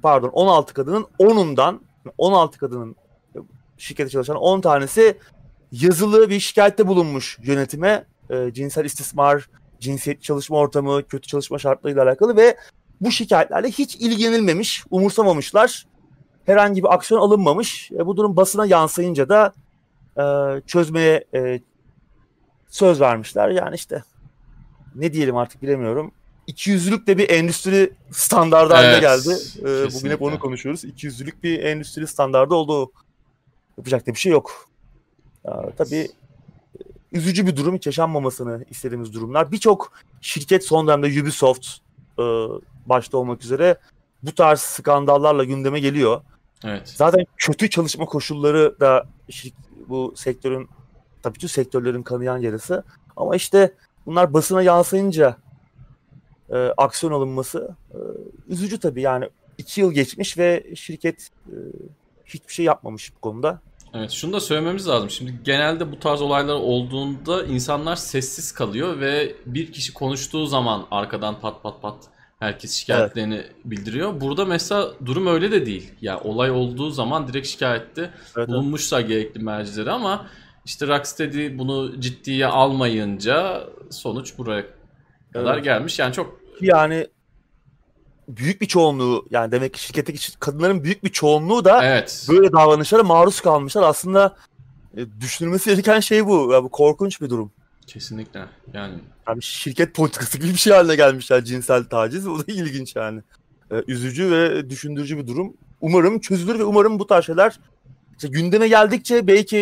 16 kadının şirkete çalışan 10 tanesi yazılı bir şikayette bulunmuş yönetime. Cinsel istismar, cinsiyetli çalışma ortamı, kötü çalışma şartlarıyla alakalı ve bu şikayetlerle hiç ilgilenilmemiş, umursamamışlar. Herhangi bir aksiyon alınmamış. Bu durum basına yansıyınca da çözmeye söz vermişler. Yani işte ne diyelim artık bilemiyorum. İkiyüzlülük de bir endüstri standardı haline geldi. Bugün hep onu konuşuyoruz. İkiyüzlülük bir endüstri standardı oldu. Yapacak da bir şey yok. Tabii üzücü bir durum, hiç yaşanmamasını istediğimiz durumlar. Birçok şirket son dönemde Ubisoft başta olmak üzere bu tarz skandallarla gündeme geliyor. Evet. Zaten kötü çalışma koşulları da bu sektörün, tabii bütün sektörlerin kanayan yarası. Ama işte bunlar basına yansıyınca aksiyon alınması üzücü tabii. Yani 2 yıl geçmiş ve şirket hiçbir şey yapmamış bu konuda. Evet, şunu da söylememiz lazım. Şimdi genelde bu tarz olaylar olduğunda insanlar sessiz kalıyor ve bir kişi konuştuğu zaman arkadan pat pat pat herkes şikayetlerini bildiriyor. Burada mesela durum öyle de değil. Yani olay olduğu zaman direkt şikayette bulunmuşlar gerekli mercilere ama işte Rocksteady bunu ciddiye almayınca sonuç buraya kadar gelmiş. Yani çok büyük bir çoğunluğu, yani demek ki şirketteki kadınların büyük bir çoğunluğu da böyle davranışlara maruz kalmışlar. Aslında düşünülmesi gereken şey bu. Yani bu korkunç bir durum. Kesinlikle. Yani şirket politikası gibi bir şey haline gelmişler cinsel taciz. O da ilginç yani. Üzücü ve düşündürücü bir durum. Umarım çözülür ve umarım bu tarz şeyler gündeme geldikçe belki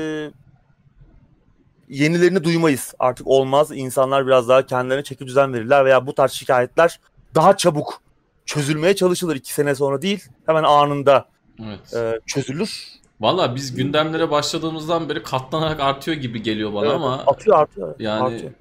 yenilerini duymayız. Artık olmaz. İnsanlar biraz daha kendilerine çeki düzen verirler veya bu tarz şikayetler daha çabuk çözülmeye çalışılır. 2 sene sonra değil, hemen anında çözülür. Valla biz gündemlere başladığımızdan beri katlanarak artıyor gibi geliyor bana ama artıyor. Yani artıyor.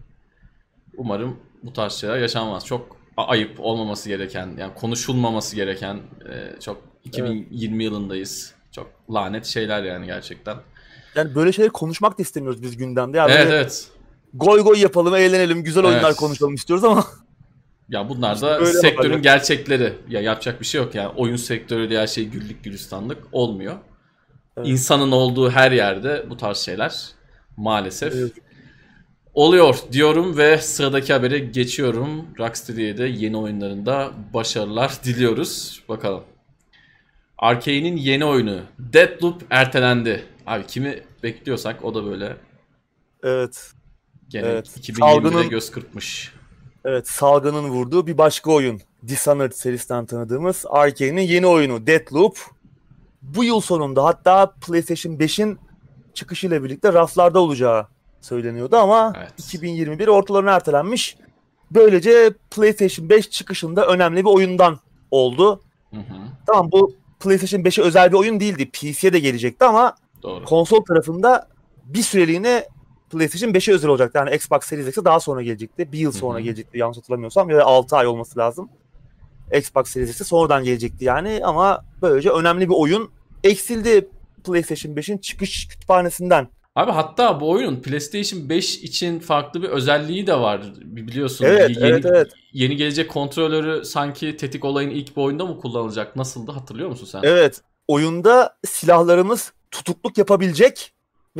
Umarım bu tarz şeyler yaşanmaz. Çok ayıp olmaması gereken, yani konuşulmaması gereken, çok 2020 yılındayız. Çok lanet şeyler yani gerçekten. Yani böyle şeyleri konuşmak da istemiyoruz biz gündemde. Yani evet. Goy goy yapalım, eğlenelim, güzel oyunlar konuşalım istiyoruz ama ya bunlar da sektörün gerçekleri. Ya yapacak bir şey yok yani. Oyun sektörü diye her şey güllük gülistanlık olmuyor. İnsanın olduğu her yerde bu tarz şeyler maalesef oluyor diyorum ve sıradaki habere geçiyorum. Rocksteady'ye de yeni oyunlarında başarılar diliyoruz. Bakalım. Arkane'in yeni oyunu Deathloop ertelendi. Abi kimi bekliyorsak o da böyle. Evet. Gene 2020'de göz kırpmış. Evet, salgının vurduğu bir başka oyun. Dishonored serisinden tanıdığımız Arkane'in yeni oyunu Deathloop. Bu yıl sonunda, hatta PlayStation 5'in çıkışıyla birlikte raflarda olacağı söyleniyordu ama 2021 ortalarına ertelenmiş. Böylece PlayStation 5 çıkışında önemli bir oyundan oldu. Tamam, bu PlayStation 5'e özel bir oyun değildi. PC'ye de gelecekti ama konsol tarafında bir süreliğine PlayStation 5'e özel olacaktı. Yani Xbox Series X'e daha sonra gelecekti. Bir yıl sonra gelecekti yanlış hatırlamıyorsam. Ya da 6 ay olması lazım. Xbox Series X'e sonradan gelecekti yani. Ama böylece önemli bir oyun eksildi PlayStation 5'in çıkış kütüphanesinden. Abi hatta bu oyunun PlayStation 5 için farklı bir özelliği de var biliyorsun. Yeni gelecek kontrolörü sanki tetik olayın ilk bir oyunda mı kullanılacak? Nasıldı, hatırlıyor musun sen? Evet. Oyunda silahlarımız tutukluk yapabilecek ve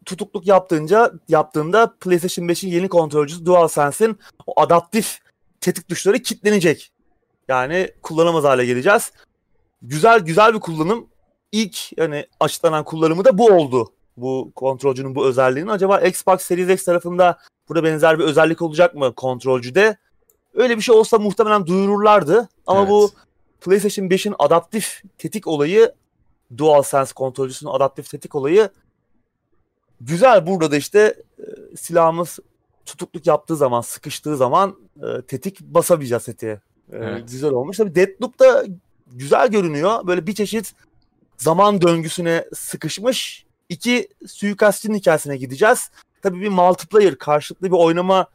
tutukluk yaptığında PlayStation 5'in yeni kontrolcüsü DualSense'in o adaptif tetik tuşları kilitlenecek. Yani kullanamaz hale geleceğiz. Güzel bir kullanım. İlk hani açıklanan kullanımı da bu oldu. Bu kontrolcünün bu özelliğinin. Acaba Xbox Series X tarafında burada benzer bir özellik olacak mı kontrolcüde? Öyle bir şey olsa muhtemelen duyururlardı. Ama Evet. bu PlayStation 5'in adaptif tetik olayı, DualSense kontrolcüsünün adaptif tetik olayı güzel. Burada da işte silahımız tutukluk yaptığı zaman, sıkıştığı zaman tetik basamayacağız tetiğe. Evet. Güzel olmuş. Tabii Deathloop da güzel görünüyor. Böyle bir çeşit zaman döngüsüne sıkışmış iki suikastçının hikayesine gideceğiz. Tabii bir multiplayer, karşılıklı bir oynama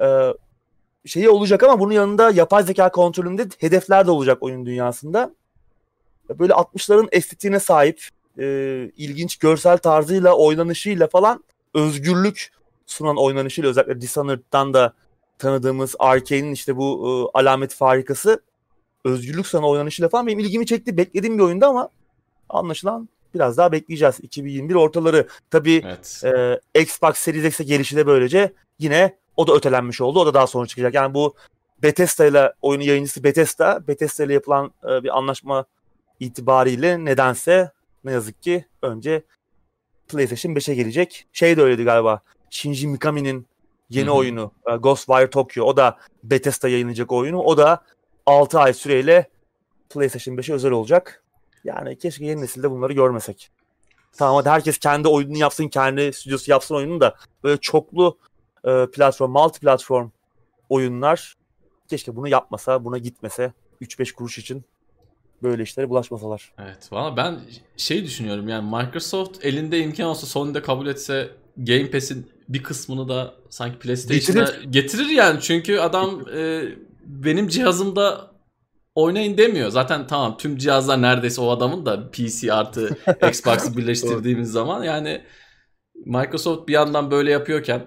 şeyi olacak ama bunun yanında yapay zeka kontrolünde hedefler de olacak oyun dünyasında. Böyle 60'ların estetiğine sahip, ilginç görsel tarzıyla, oynanışıyla falan özgürlük sunan oynanışıyla, özellikle Dishonored'dan da tanıdığımız Arkane'in işte bu alamet farikası, özgürlük sunan oynanışıyla falan benim ilgimi çekti. Beklediğim bir oyundu ama anlaşılan biraz daha bekleyeceğiz. 2021 ortaları. Tabii Evet. Xbox Series X'e gelişi de böylece yine o da ötelenmiş oldu. O da daha sonra çıkacak. Yani bu Bethesda ile, oyunun yayıncısı Bethesda ile yapılan bir anlaşma itibariyle nedense ne yazık ki önce PlayStation 5'e gelecek. Şey de öyleydi galiba. Shinji Mikami'nin yeni oyunu Ghostwire Tokyo. O da Bethesda yayınlayacak oyunu. O da 6 ay süreyle PlayStation 5'e özel olacak. Yani keşke yeni nesilde bunları görmesek. Tamam, hadi herkes kendi oyununu yapsın, kendi stüdyosu yapsın oyununu da böyle çoklu platform, multi platform oyunlar keşke bunu yapmasa, buna gitmese, 3-5 kuruş için böyle işlere bulaşmasalar. Evet. Valla ben şey düşünüyorum, yani Microsoft elinde imkan olsa Sony'de kabul etse Game Pass'in bir kısmını da sanki PlayStation'a getirir yani. Çünkü adam benim cihazımda oynayın demiyor. Zaten tamam, tüm cihazlar neredeyse o adamın da, PC artı Xbox'ı birleştirdiğimiz zaman yani Microsoft bir yandan böyle yapıyorken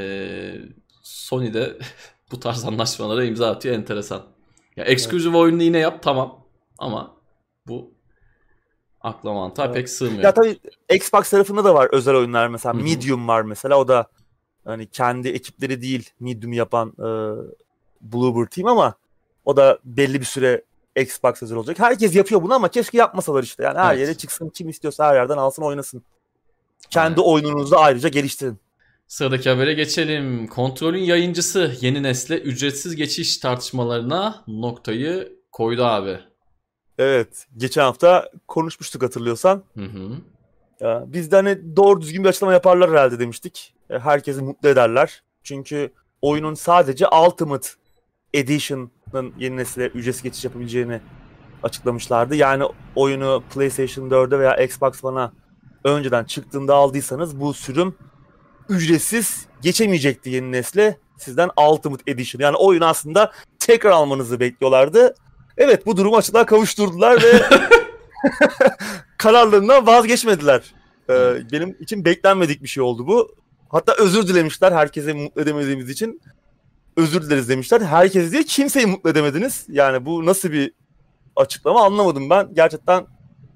Sony de bu tarz anlaşmalara imza atıyor, enteresan. Ya exclusive oyununu yine yap tamam ama bu akla mantığa pek sığmıyor. Ya tabii Xbox tarafında da var özel oyunlar, mesela Medium var mesela, o da hani kendi ekipleri değil Medium yapan Bloober Team, ama o da belli bir süre Xbox özel olacak. Herkes yapıyor bunu ama keşke yapmasalar işte. Yani her yere çıksın, kim istiyorsa her yerden alsın oynasın. Kendi oyununuzu da ayrıca geliştirin. Sıradaki habere geçelim. Kontrol'ün yayıncısı yeni nesle ücretsiz geçiş tartışmalarına noktayı koydu abi. Evet. Geçen hafta konuşmuştuk hatırlıyorsan. Ya, biz de hani doğru düzgün bir açıklama yaparlar herhalde demiştik. Herkesi mutlu ederler. Çünkü oyunun sadece Ultimate Edition'ın yeni nesile ücretsiz geçiş yapabileceğini açıklamışlardı. Yani oyunu PlayStation 4'e veya Xbox One'a önceden çıktığında aldıysanız bu sürüm ücretsiz geçemeyecekti yeni nesle. Sizden Ultimate Edition. Yani oyunu aslında tekrar almanızı bekliyorlardı. Evet, bu durumu açıklığa kavuşturdular ve kararlarından vazgeçmediler. Benim için beklenmedik bir şey oldu bu. Hatta özür dilemişler herkese mutlu edemediğimiz için. Özür dileriz demişler. Herkes diye kimseyi mutlu edemediniz. Yani bu nasıl bir açıklama anlamadım ben. Gerçekten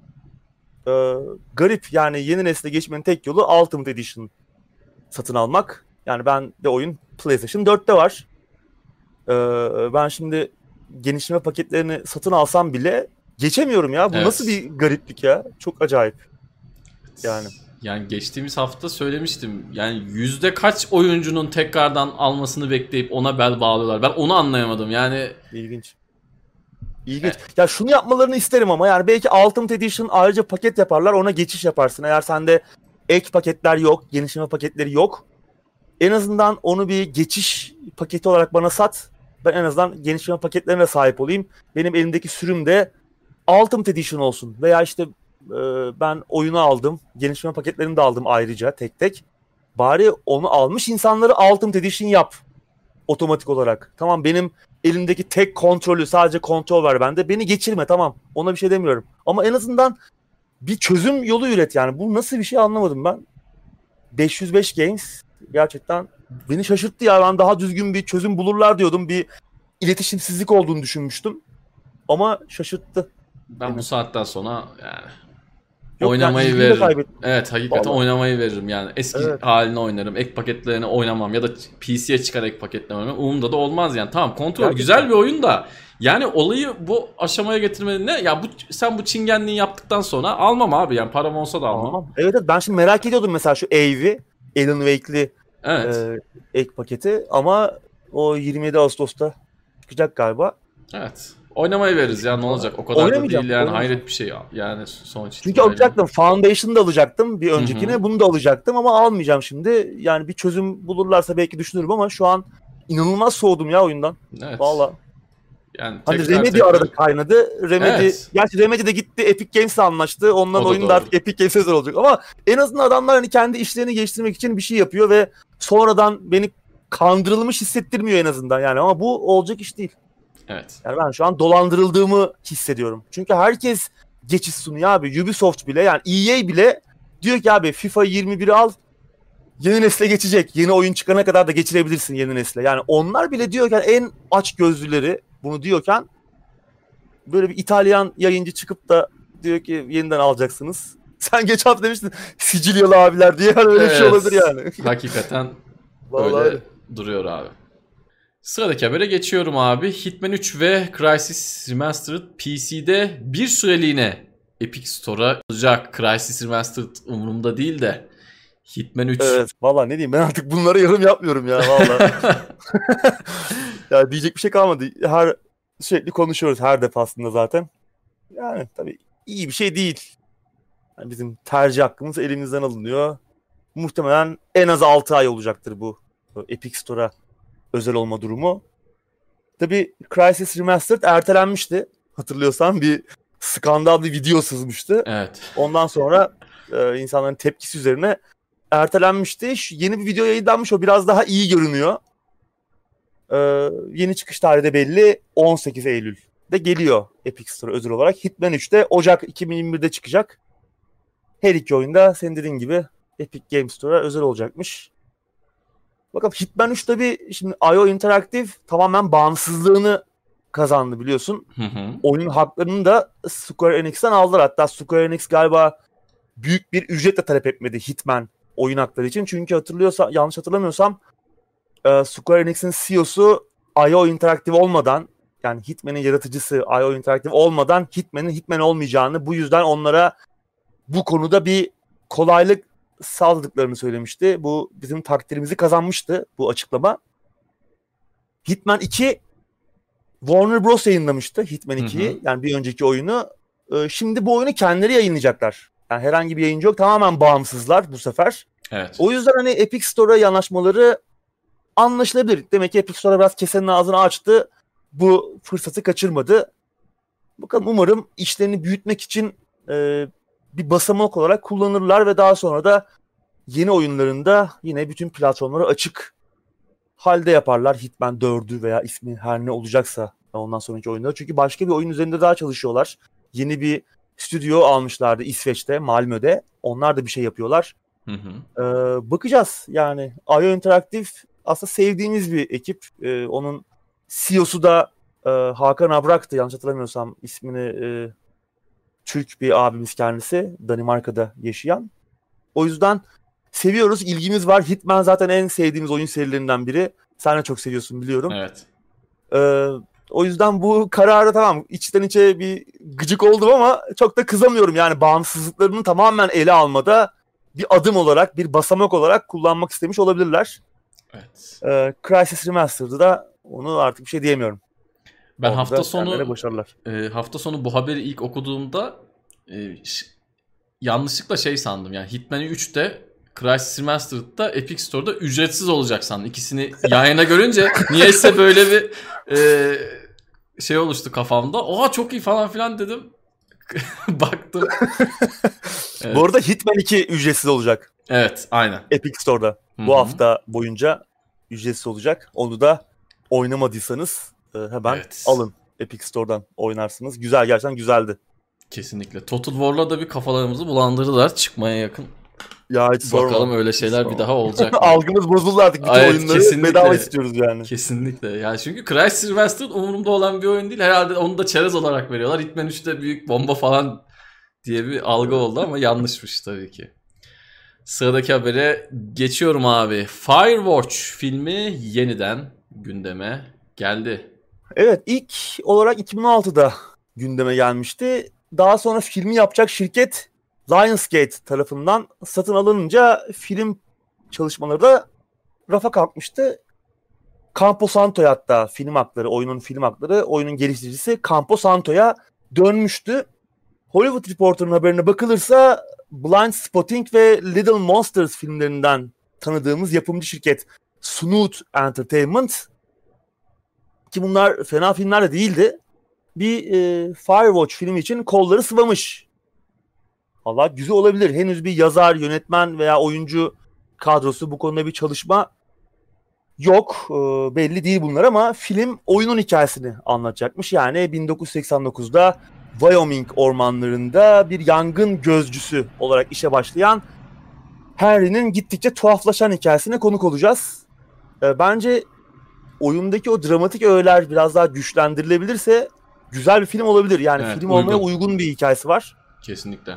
garip. Yani yeni nesile geçmenin tek yolu Ultimate Edition satın almak. Yani ben de oyun PlayStation 4'te var. Ben şimdi genişleme paketlerini satın alsam bile geçemiyorum ya. Bu nasıl bir gariplik ya? Çok acayip. Yani geçtiğimiz hafta söylemiştim. Yani yüzde kaç oyuncunun tekrardan almasını bekleyip ona bel bağlıyorlar. Ben onu anlayamadım. Yani İlginç. Ya şunu yapmalarını isterim ama yani belki Ultimate Edition ayrıca paket yaparlar, ona geçiş yaparsın. Eğer sende ek paketler yok, genişleme paketleri yok, en azından onu bir geçiş paketi olarak bana sat. Ben en azından genişleme paketlerine sahip olayım. Benim elimdeki sürüm de Ultimate Edition olsun. Veya işte ben oyunu aldım, genişleme paketlerini de aldım ayrıca tek tek. Bari onu almış insanları Ultimate Edition yap otomatik olarak. Tamam, benim elimdeki tek kontrolü, sadece kontrol var bende. Beni geçirme, tamam. Ona bir şey demiyorum. Ama en azından bir çözüm yolu üret yani. Bu nasıl bir şey anlamadım ben. 505 Games gerçekten beni şaşırttı ya. Ben daha düzgün bir çözüm bulurlar diyordum. Bir iletişimsizlik olduğunu düşünmüştüm. Ama şaşırttı. Ben bu saatten sonra yani Yok oynamayı ilgimi de veririm. kaybettim. Evet, hakikaten Vallahi. oynamayı veririm yani. Eski Evet. halini oynarım. Ek paketlerini oynamam ya da PC'ye çıkan ek paketlerini oynamam. Umurumda da olmaz yani. Tamam, Control Gerçekten. güzel bir oyun da yani olayı bu aşamaya getirmenin ne? Ya sen bu çingenliği yaptıktan sonra almam abi yani, param olsa da almam. Tamam. Evet, ben şimdi merak ediyordum mesela şu Ave'i, Alan Wake'li Evet. ek paketi ama o 27 Ağustos'ta çıkacak galiba. Evet. Oynamayı veririz ya, ne olacak? O kadar da Oynamayacağım, değil yani, oynamayacağım. hayret bir şey ya. Yani sonuç Çünkü itibariyle. alacaktım. Foundation'ı da alacaktım bir öncekine. Hı. Bunu da alacaktım ama almayacağım şimdi. Yani bir çözüm bulurlarsa belki düşünürüm ama şu an inanılmaz soğudum ya oyundan. Evet. Valla. Yani Hani tekrar Remedy arada kaynadı. Remedy, Evet. gerçi Remedy de gitti Epic Games'le anlaştı. Onların O da oyunu doğru. da artık Epic Games'e özel olacak. Ama en azından adamlar hani kendi işlerini geliştirmek için bir şey yapıyor ve sonradan beni kandırılmış hissettirmiyor en azından yani. Ama bu olacak iş değil. Evet. Yani ben şu an dolandırıldığımı hissediyorum. Çünkü herkes geçiş sunuyor abi. Ubisoft bile, yani EA bile diyor ki abi FIFA 21'i al, yeni nesle geçecek. Yeni oyun çıkana kadar da geçirebilirsin yeni nesle. Yani onlar bile diyorken, en aç gözlüleri bunu diyorken, böyle bir İtalyan yayıncı çıkıp da diyor ki yeniden alacaksınız. Sen geç hafta demiştin Sicilyalı abiler diye, yani öyle bir şey olabilir yani. Hakikaten Vallahi öyle öyle. duruyor abi. Sıradaki habere geçiyorum abi. Hitman 3 ve Crysis Remastered PC'de bir süreliğine Epic Store'a olacak. Crysis Remastered umurumda değil de Hitman 3. Evet. Vallahi ne diyeyim, ben artık bunlara yorum yapmıyorum ya vallahi. Ya diyecek bir şey kalmadı. Sürekli konuşuyoruz her defasında zaten. Yani tabii iyi bir şey değil. Yani bizim tercih hakkımız elimizden alınıyor. Muhtemelen en az 6 ay olacaktır bu Epic Store'a özel olma durumu. Tabii Crysis Remastered ertelenmişti. Hatırlıyorsan bir skandal bir video sızmıştı. Evet. Ondan sonra insanların tepkisi üzerine ertelenmişti. Yeni bir video yayınlanmış, o biraz daha iyi görünüyor. Yeni çıkış tarihi de belli, 18 Eylül'de geliyor Epic Store özel olarak. Hitman 3 de Ocak 2021'de çıkacak. Her iki oyunda senin dediğin gibi Epic Games Store'a özel olacakmış. Bakalım, Hitman 3 tabii şimdi IO Interactive tamamen bağımsızlığını kazandı biliyorsun. Oyunun haklarını da Square Enix'ten aldılar. Hatta Square Enix galiba büyük bir ücretle talep etmedi Hitman oyun hakları için. Çünkü yanlış hatırlamıyorsam Square Enix'in CEO'su IO Interactive olmadan, yani Hitman'in yaratıcısı IO Interactive olmadan Hitman'in Hitman olmayacağını, bu yüzden onlara bu konuda bir kolaylık sağladıklarını söylemişti. Bu bizim takdirimizi kazanmıştı bu açıklama. Hitman 2 Warner Bros. Yayınlamıştı Hitman 2'yi. Yani bir önceki oyunu. Şimdi bu oyunu kendileri yayınlayacaklar. Yani herhangi bir yayıncı yok. Tamamen bağımsızlar bu sefer. Evet. O yüzden hani Epic Store'a yanaşmaları anlaşılabilir. Demek ki Epic Store'a biraz kesenin ağzını açtı. Bu fırsatı kaçırmadı. Bakalım, umarım işlerini büyütmek için bir basamak olarak kullanırlar ve daha sonra da yeni oyunlarında yine bütün platformlara açık halde yaparlar. Hitman 4'ü veya ismi her ne olacaksa ondan sonraki oyunları. Çünkü başka bir oyun üzerinde daha çalışıyorlar. Yeni bir stüdyo almışlardı İsveç'te, Malmö'de. Onlar da bir şey yapıyorlar. Bakacağız yani. IO Interactive aslında sevdiğimiz bir ekip. Onun CEO'su da Hakan Abrak'tı yanlış hatırlamıyorsam ismini. Türk bir abimiz kendisi. Danimarka'da yaşayan. O yüzden seviyoruz, ilgimiz var. Hitman zaten en sevdiğimiz oyun serilerinden biri. Sen de çok seviyorsun biliyorum. Evet. O yüzden bu kararı tamam içten içe bir gıcık oldum ama çok da kızamıyorum. Yani bağımsızlıklarını tamamen ele almada bir adım olarak, bir basamak olarak kullanmak istemiş olabilirler. Evet. Crysis Remastered'ı da onu artık bir şey diyemiyorum. Ben Orada hafta sonu bu haberi ilk okuduğumda yanlışlıkla sandım. Yani Hitman 3'te Crysis Remastered'da Epic Store'da ücretsiz olacak sandım. İkisini yan yana görünce niyeyse böyle bir oluştu kafamda. Oha çok iyi falan filan dedim. Baktım. Evet. Bu arada Hitman 2 ücretsiz olacak. Evet, aynen. Epic Store'da. Bu hafta boyunca ücretsiz olacak. Onu da oynamadıysanız hemen alın. Epic Store'dan oynarsınız. Güzel, gerçekten güzeldi. Kesinlikle. Total War'la da bir kafalarımızı bulandırdılar çıkmaya yakın. Ya hiç sorma. Bakalım öyle şeyler bir daha olacak mı? Algımız bozuldu artık. Bütün oyunları bedava istiyoruz yani. Kesinlikle. Yani çünkü Crysis Remastered umurumda olan bir oyun değil. Herhalde onu da çerez olarak veriyorlar. Hitman 3'te büyük bomba falan diye bir algı oldu ama yanlışmış tabii ki. Sıradaki habere geçiyorum abi. Firewatch filmi yeniden gündeme geldi. Evet, ilk olarak 2016'da gündeme gelmişti. Daha sonra filmi yapacak şirket Lionsgate tarafından satın alınınca film çalışmaları da rafa kalkmıştı. Campo Santo'ya, hatta film hakları, oyunun film hakları, oyunun geliştiricisi Campo Santo'ya dönmüştü. Hollywood Reporter'ın haberine bakılırsa Blind Spotting ve Little Monsters filmlerinden tanıdığımız yapımcı şirket Snoot Entertainment, ki bunlar fena filmler de değildi, bir Firewatch filmi için kolları sıvamış. Allah, güzel olabilir. Henüz bir yazar, yönetmen veya oyuncu kadrosu, bu konuda bir çalışma yok. Belli değil bunlar ama film oyunun hikayesini anlatacakmış. Yani 1989'da Wyoming ormanlarında bir yangın gözcüsü olarak işe başlayan Henry'nin gittikçe tuhaflaşan hikayesine konuk olacağız. Bence oyundaki o dramatik öğeler biraz daha güçlendirilebilirse güzel bir film olabilir. Yani Evet, film uygun. olmaya uygun bir hikayesi var. Kesinlikle.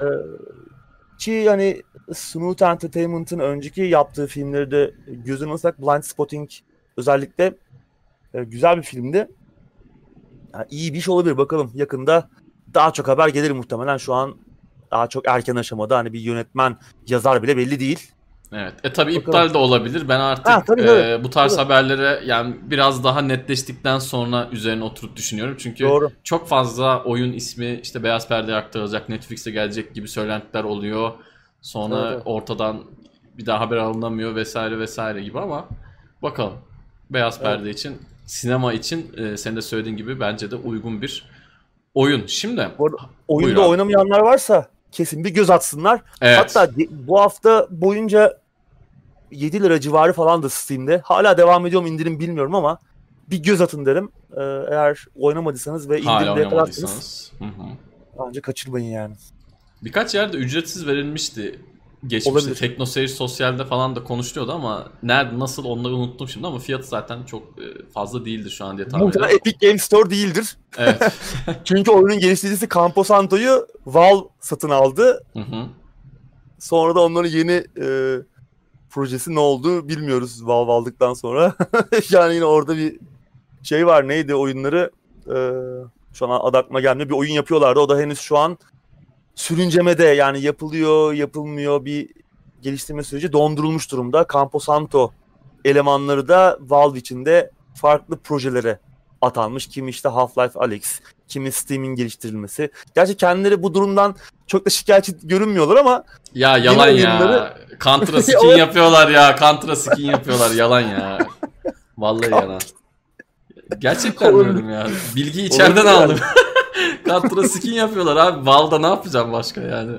Ki hani Snoot Entertainment'ın önceki yaptığı filmleri de gözüne alırsak Blind Spotting özellikle güzel bir filmdi. Yani iyi bir iş olabilir, bakalım. Yakında daha çok haber gelir muhtemelen. Şu an daha çok erken aşamada, hani bir yönetmen, yazar bile belli değil. Evet. Tabii Bakalım. iptal de olabilir. Ben artık tabii. bu tarz haberlere yani biraz daha netleştikten sonra üzerine oturup düşünüyorum. Çünkü Doğru. çok fazla oyun ismi işte beyaz perdeye aktarılacak, Netflix'e gelecek gibi söylentiler oluyor. Sonra Evet. ortadan bir daha haber alınamıyor vesaire vesaire gibi ama bakalım. Beyaz perde için, sinema için senin de söylediğin gibi bence de uygun bir oyun. Şimdi Bu arada buyur oyunda abi. oynamayanlar varsa kesin bir göz atsınlar. Evet. Hatta bu hafta boyunca 7 lira civarı falan da Steam'de. Hala devam ediyor mu indirim bilmiyorum ama bir göz atın derim. Eğer oynamadıysanız ve Hala indirimde yakalarsanız oynamadıysanız. bence kaçırmayın yani. Birkaç yerde ücretsiz verilmişti geçmişte. Olabilir. Teknoseyir Sosyal'de falan da konuşuluyordu ama nerede, nasıl, onları unuttum şimdi ama fiyatı zaten çok fazla değildi şu an diye tahmin ediyorum. Muhtemelen Epic Games Store değildir. Evet. Çünkü oyunun geliştiricisi Campo Santo'yu Valve satın aldı. Hı hı. Sonra da onların yeni projesi ne oldu bilmiyoruz Valve aldıktan sonra. Yani yine orada bir şey var, neydi oyunları? Şu an adı aklıma gelmiyor. Bir oyun yapıyorlardı. O da henüz şu an sürüncemede, yani yapılıyor, yapılmıyor, bir geliştirme süreci dondurulmuş durumda. Campo Santo elemanları da Valve içinde farklı projelere atanmış. Kimi işte Half-Life Alyx, kimi Steam'in geliştirilmesi. Gerçi kendileri bu durumdan çok da şikayetçi görünmüyorlar ama Ya yalan yeni ya. oyunları... Contra skin yapıyorlar ya. Contra skin yapıyorlar. Yalan ya. Vallahi yalan. Gerçekten diyorum ya. Bilgiyi içeriden aldım. Contra skin yapıyorlar abi. Valve'da ne yapacağım başka yani?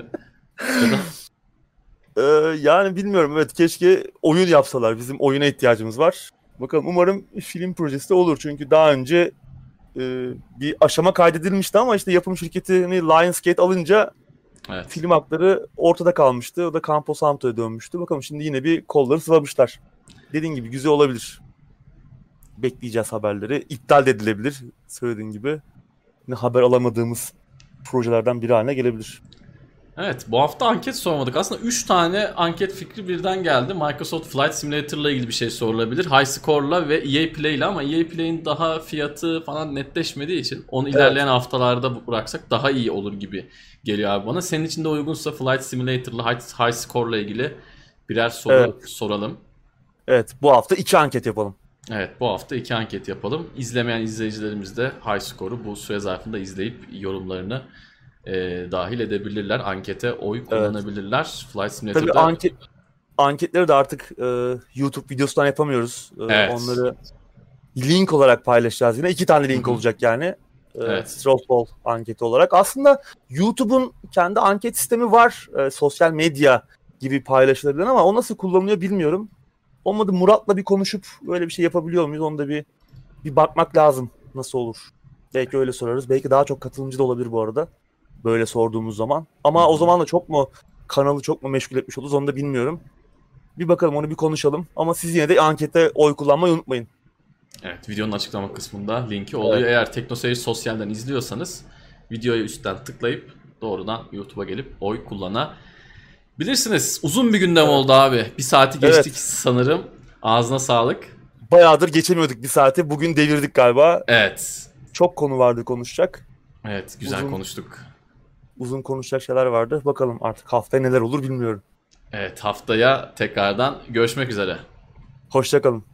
Yani bilmiyorum, evet, keşke oyun yapsalar. Bizim oyuna ihtiyacımız var. Bakalım, umarım film projesi de olur. Çünkü daha önce bir aşama kaydedilmişti ama işte yapım şirketini Lionsgate alınca Evet. film hakları ortada kalmıştı. O da Campo Santo'ya dönmüştü. Bakalım, şimdi yine bir kolları sıvamışlar. Dediğin gibi güzel olabilir. Bekleyeceğiz haberleri. İptal de edilebilir. Söylediğin gibi. Yine haber alamadığımız projelerden biri haline gelebilir. Evet, bu hafta anket sormadık. Aslında 3 tane anket fikri birden geldi. Microsoft Flight Simulator'la ilgili bir şey sorulabilir. High Score'la ve EA Play'le, ama EA Play'in daha fiyatı falan netleşmediği için onu ilerleyen haftalarda bıraksak daha iyi olur gibi geliyor abi bana. Senin için de uygunsa Flight Simulator'la High Score'la ilgili birer soru soralım. Evet, bu hafta 2 anket yapalım. Evet, bu hafta 2 anket yapalım. İzlemeyen izleyicilerimiz de High Score'u bu süre zarfında izleyip yorumlarını dahil edebilirler. Ankete oy kullanabilirler. Flight Simulator'da... Tabii anketleri de artık YouTube videosundan yapamıyoruz. Evet. Onları link olarak paylaşacağız yine. 2 tane link olacak yani. Evet. Straw Poll anketi olarak. Aslında YouTube'un kendi anket sistemi var. Sosyal medya gibi paylaşılabilen ama o nasıl kullanılıyor bilmiyorum. Olmadı Murat'la bir konuşup böyle bir şey yapabiliyor muyuz? Onu da bir bakmak lazım. Nasıl olur? Belki öyle sorarız. Belki daha çok katılımcı da olabilir bu arada. Böyle sorduğumuz zaman. Ama o zaman da kanalı çok mu meşgul etmiş oluruz, onu da bilmiyorum. Bir bakalım, onu bir konuşalım. Ama siz yine de ankette oy kullanmayı unutmayın. Evet, videonun açıklama kısmında linki oluyor. Evet. Eğer Teknoseyir Sosyal'den izliyorsanız videoya üstten tıklayıp doğrudan YouTube'a gelip oy kullanabilirsiniz. Uzun bir gündem oldu abi. Bir saati geçtik sanırım. Ağzına sağlık. Bayağıdır geçemiyorduk bir saati. Bugün devirdik galiba. Evet. Çok konu vardı konuşacak. Evet, güzel konuştuk. Uzun konuşacak şeyler vardı. Bakalım artık haftaya neler olur bilmiyorum. Evet, haftaya tekrardan görüşmek üzere. Hoşça kalın.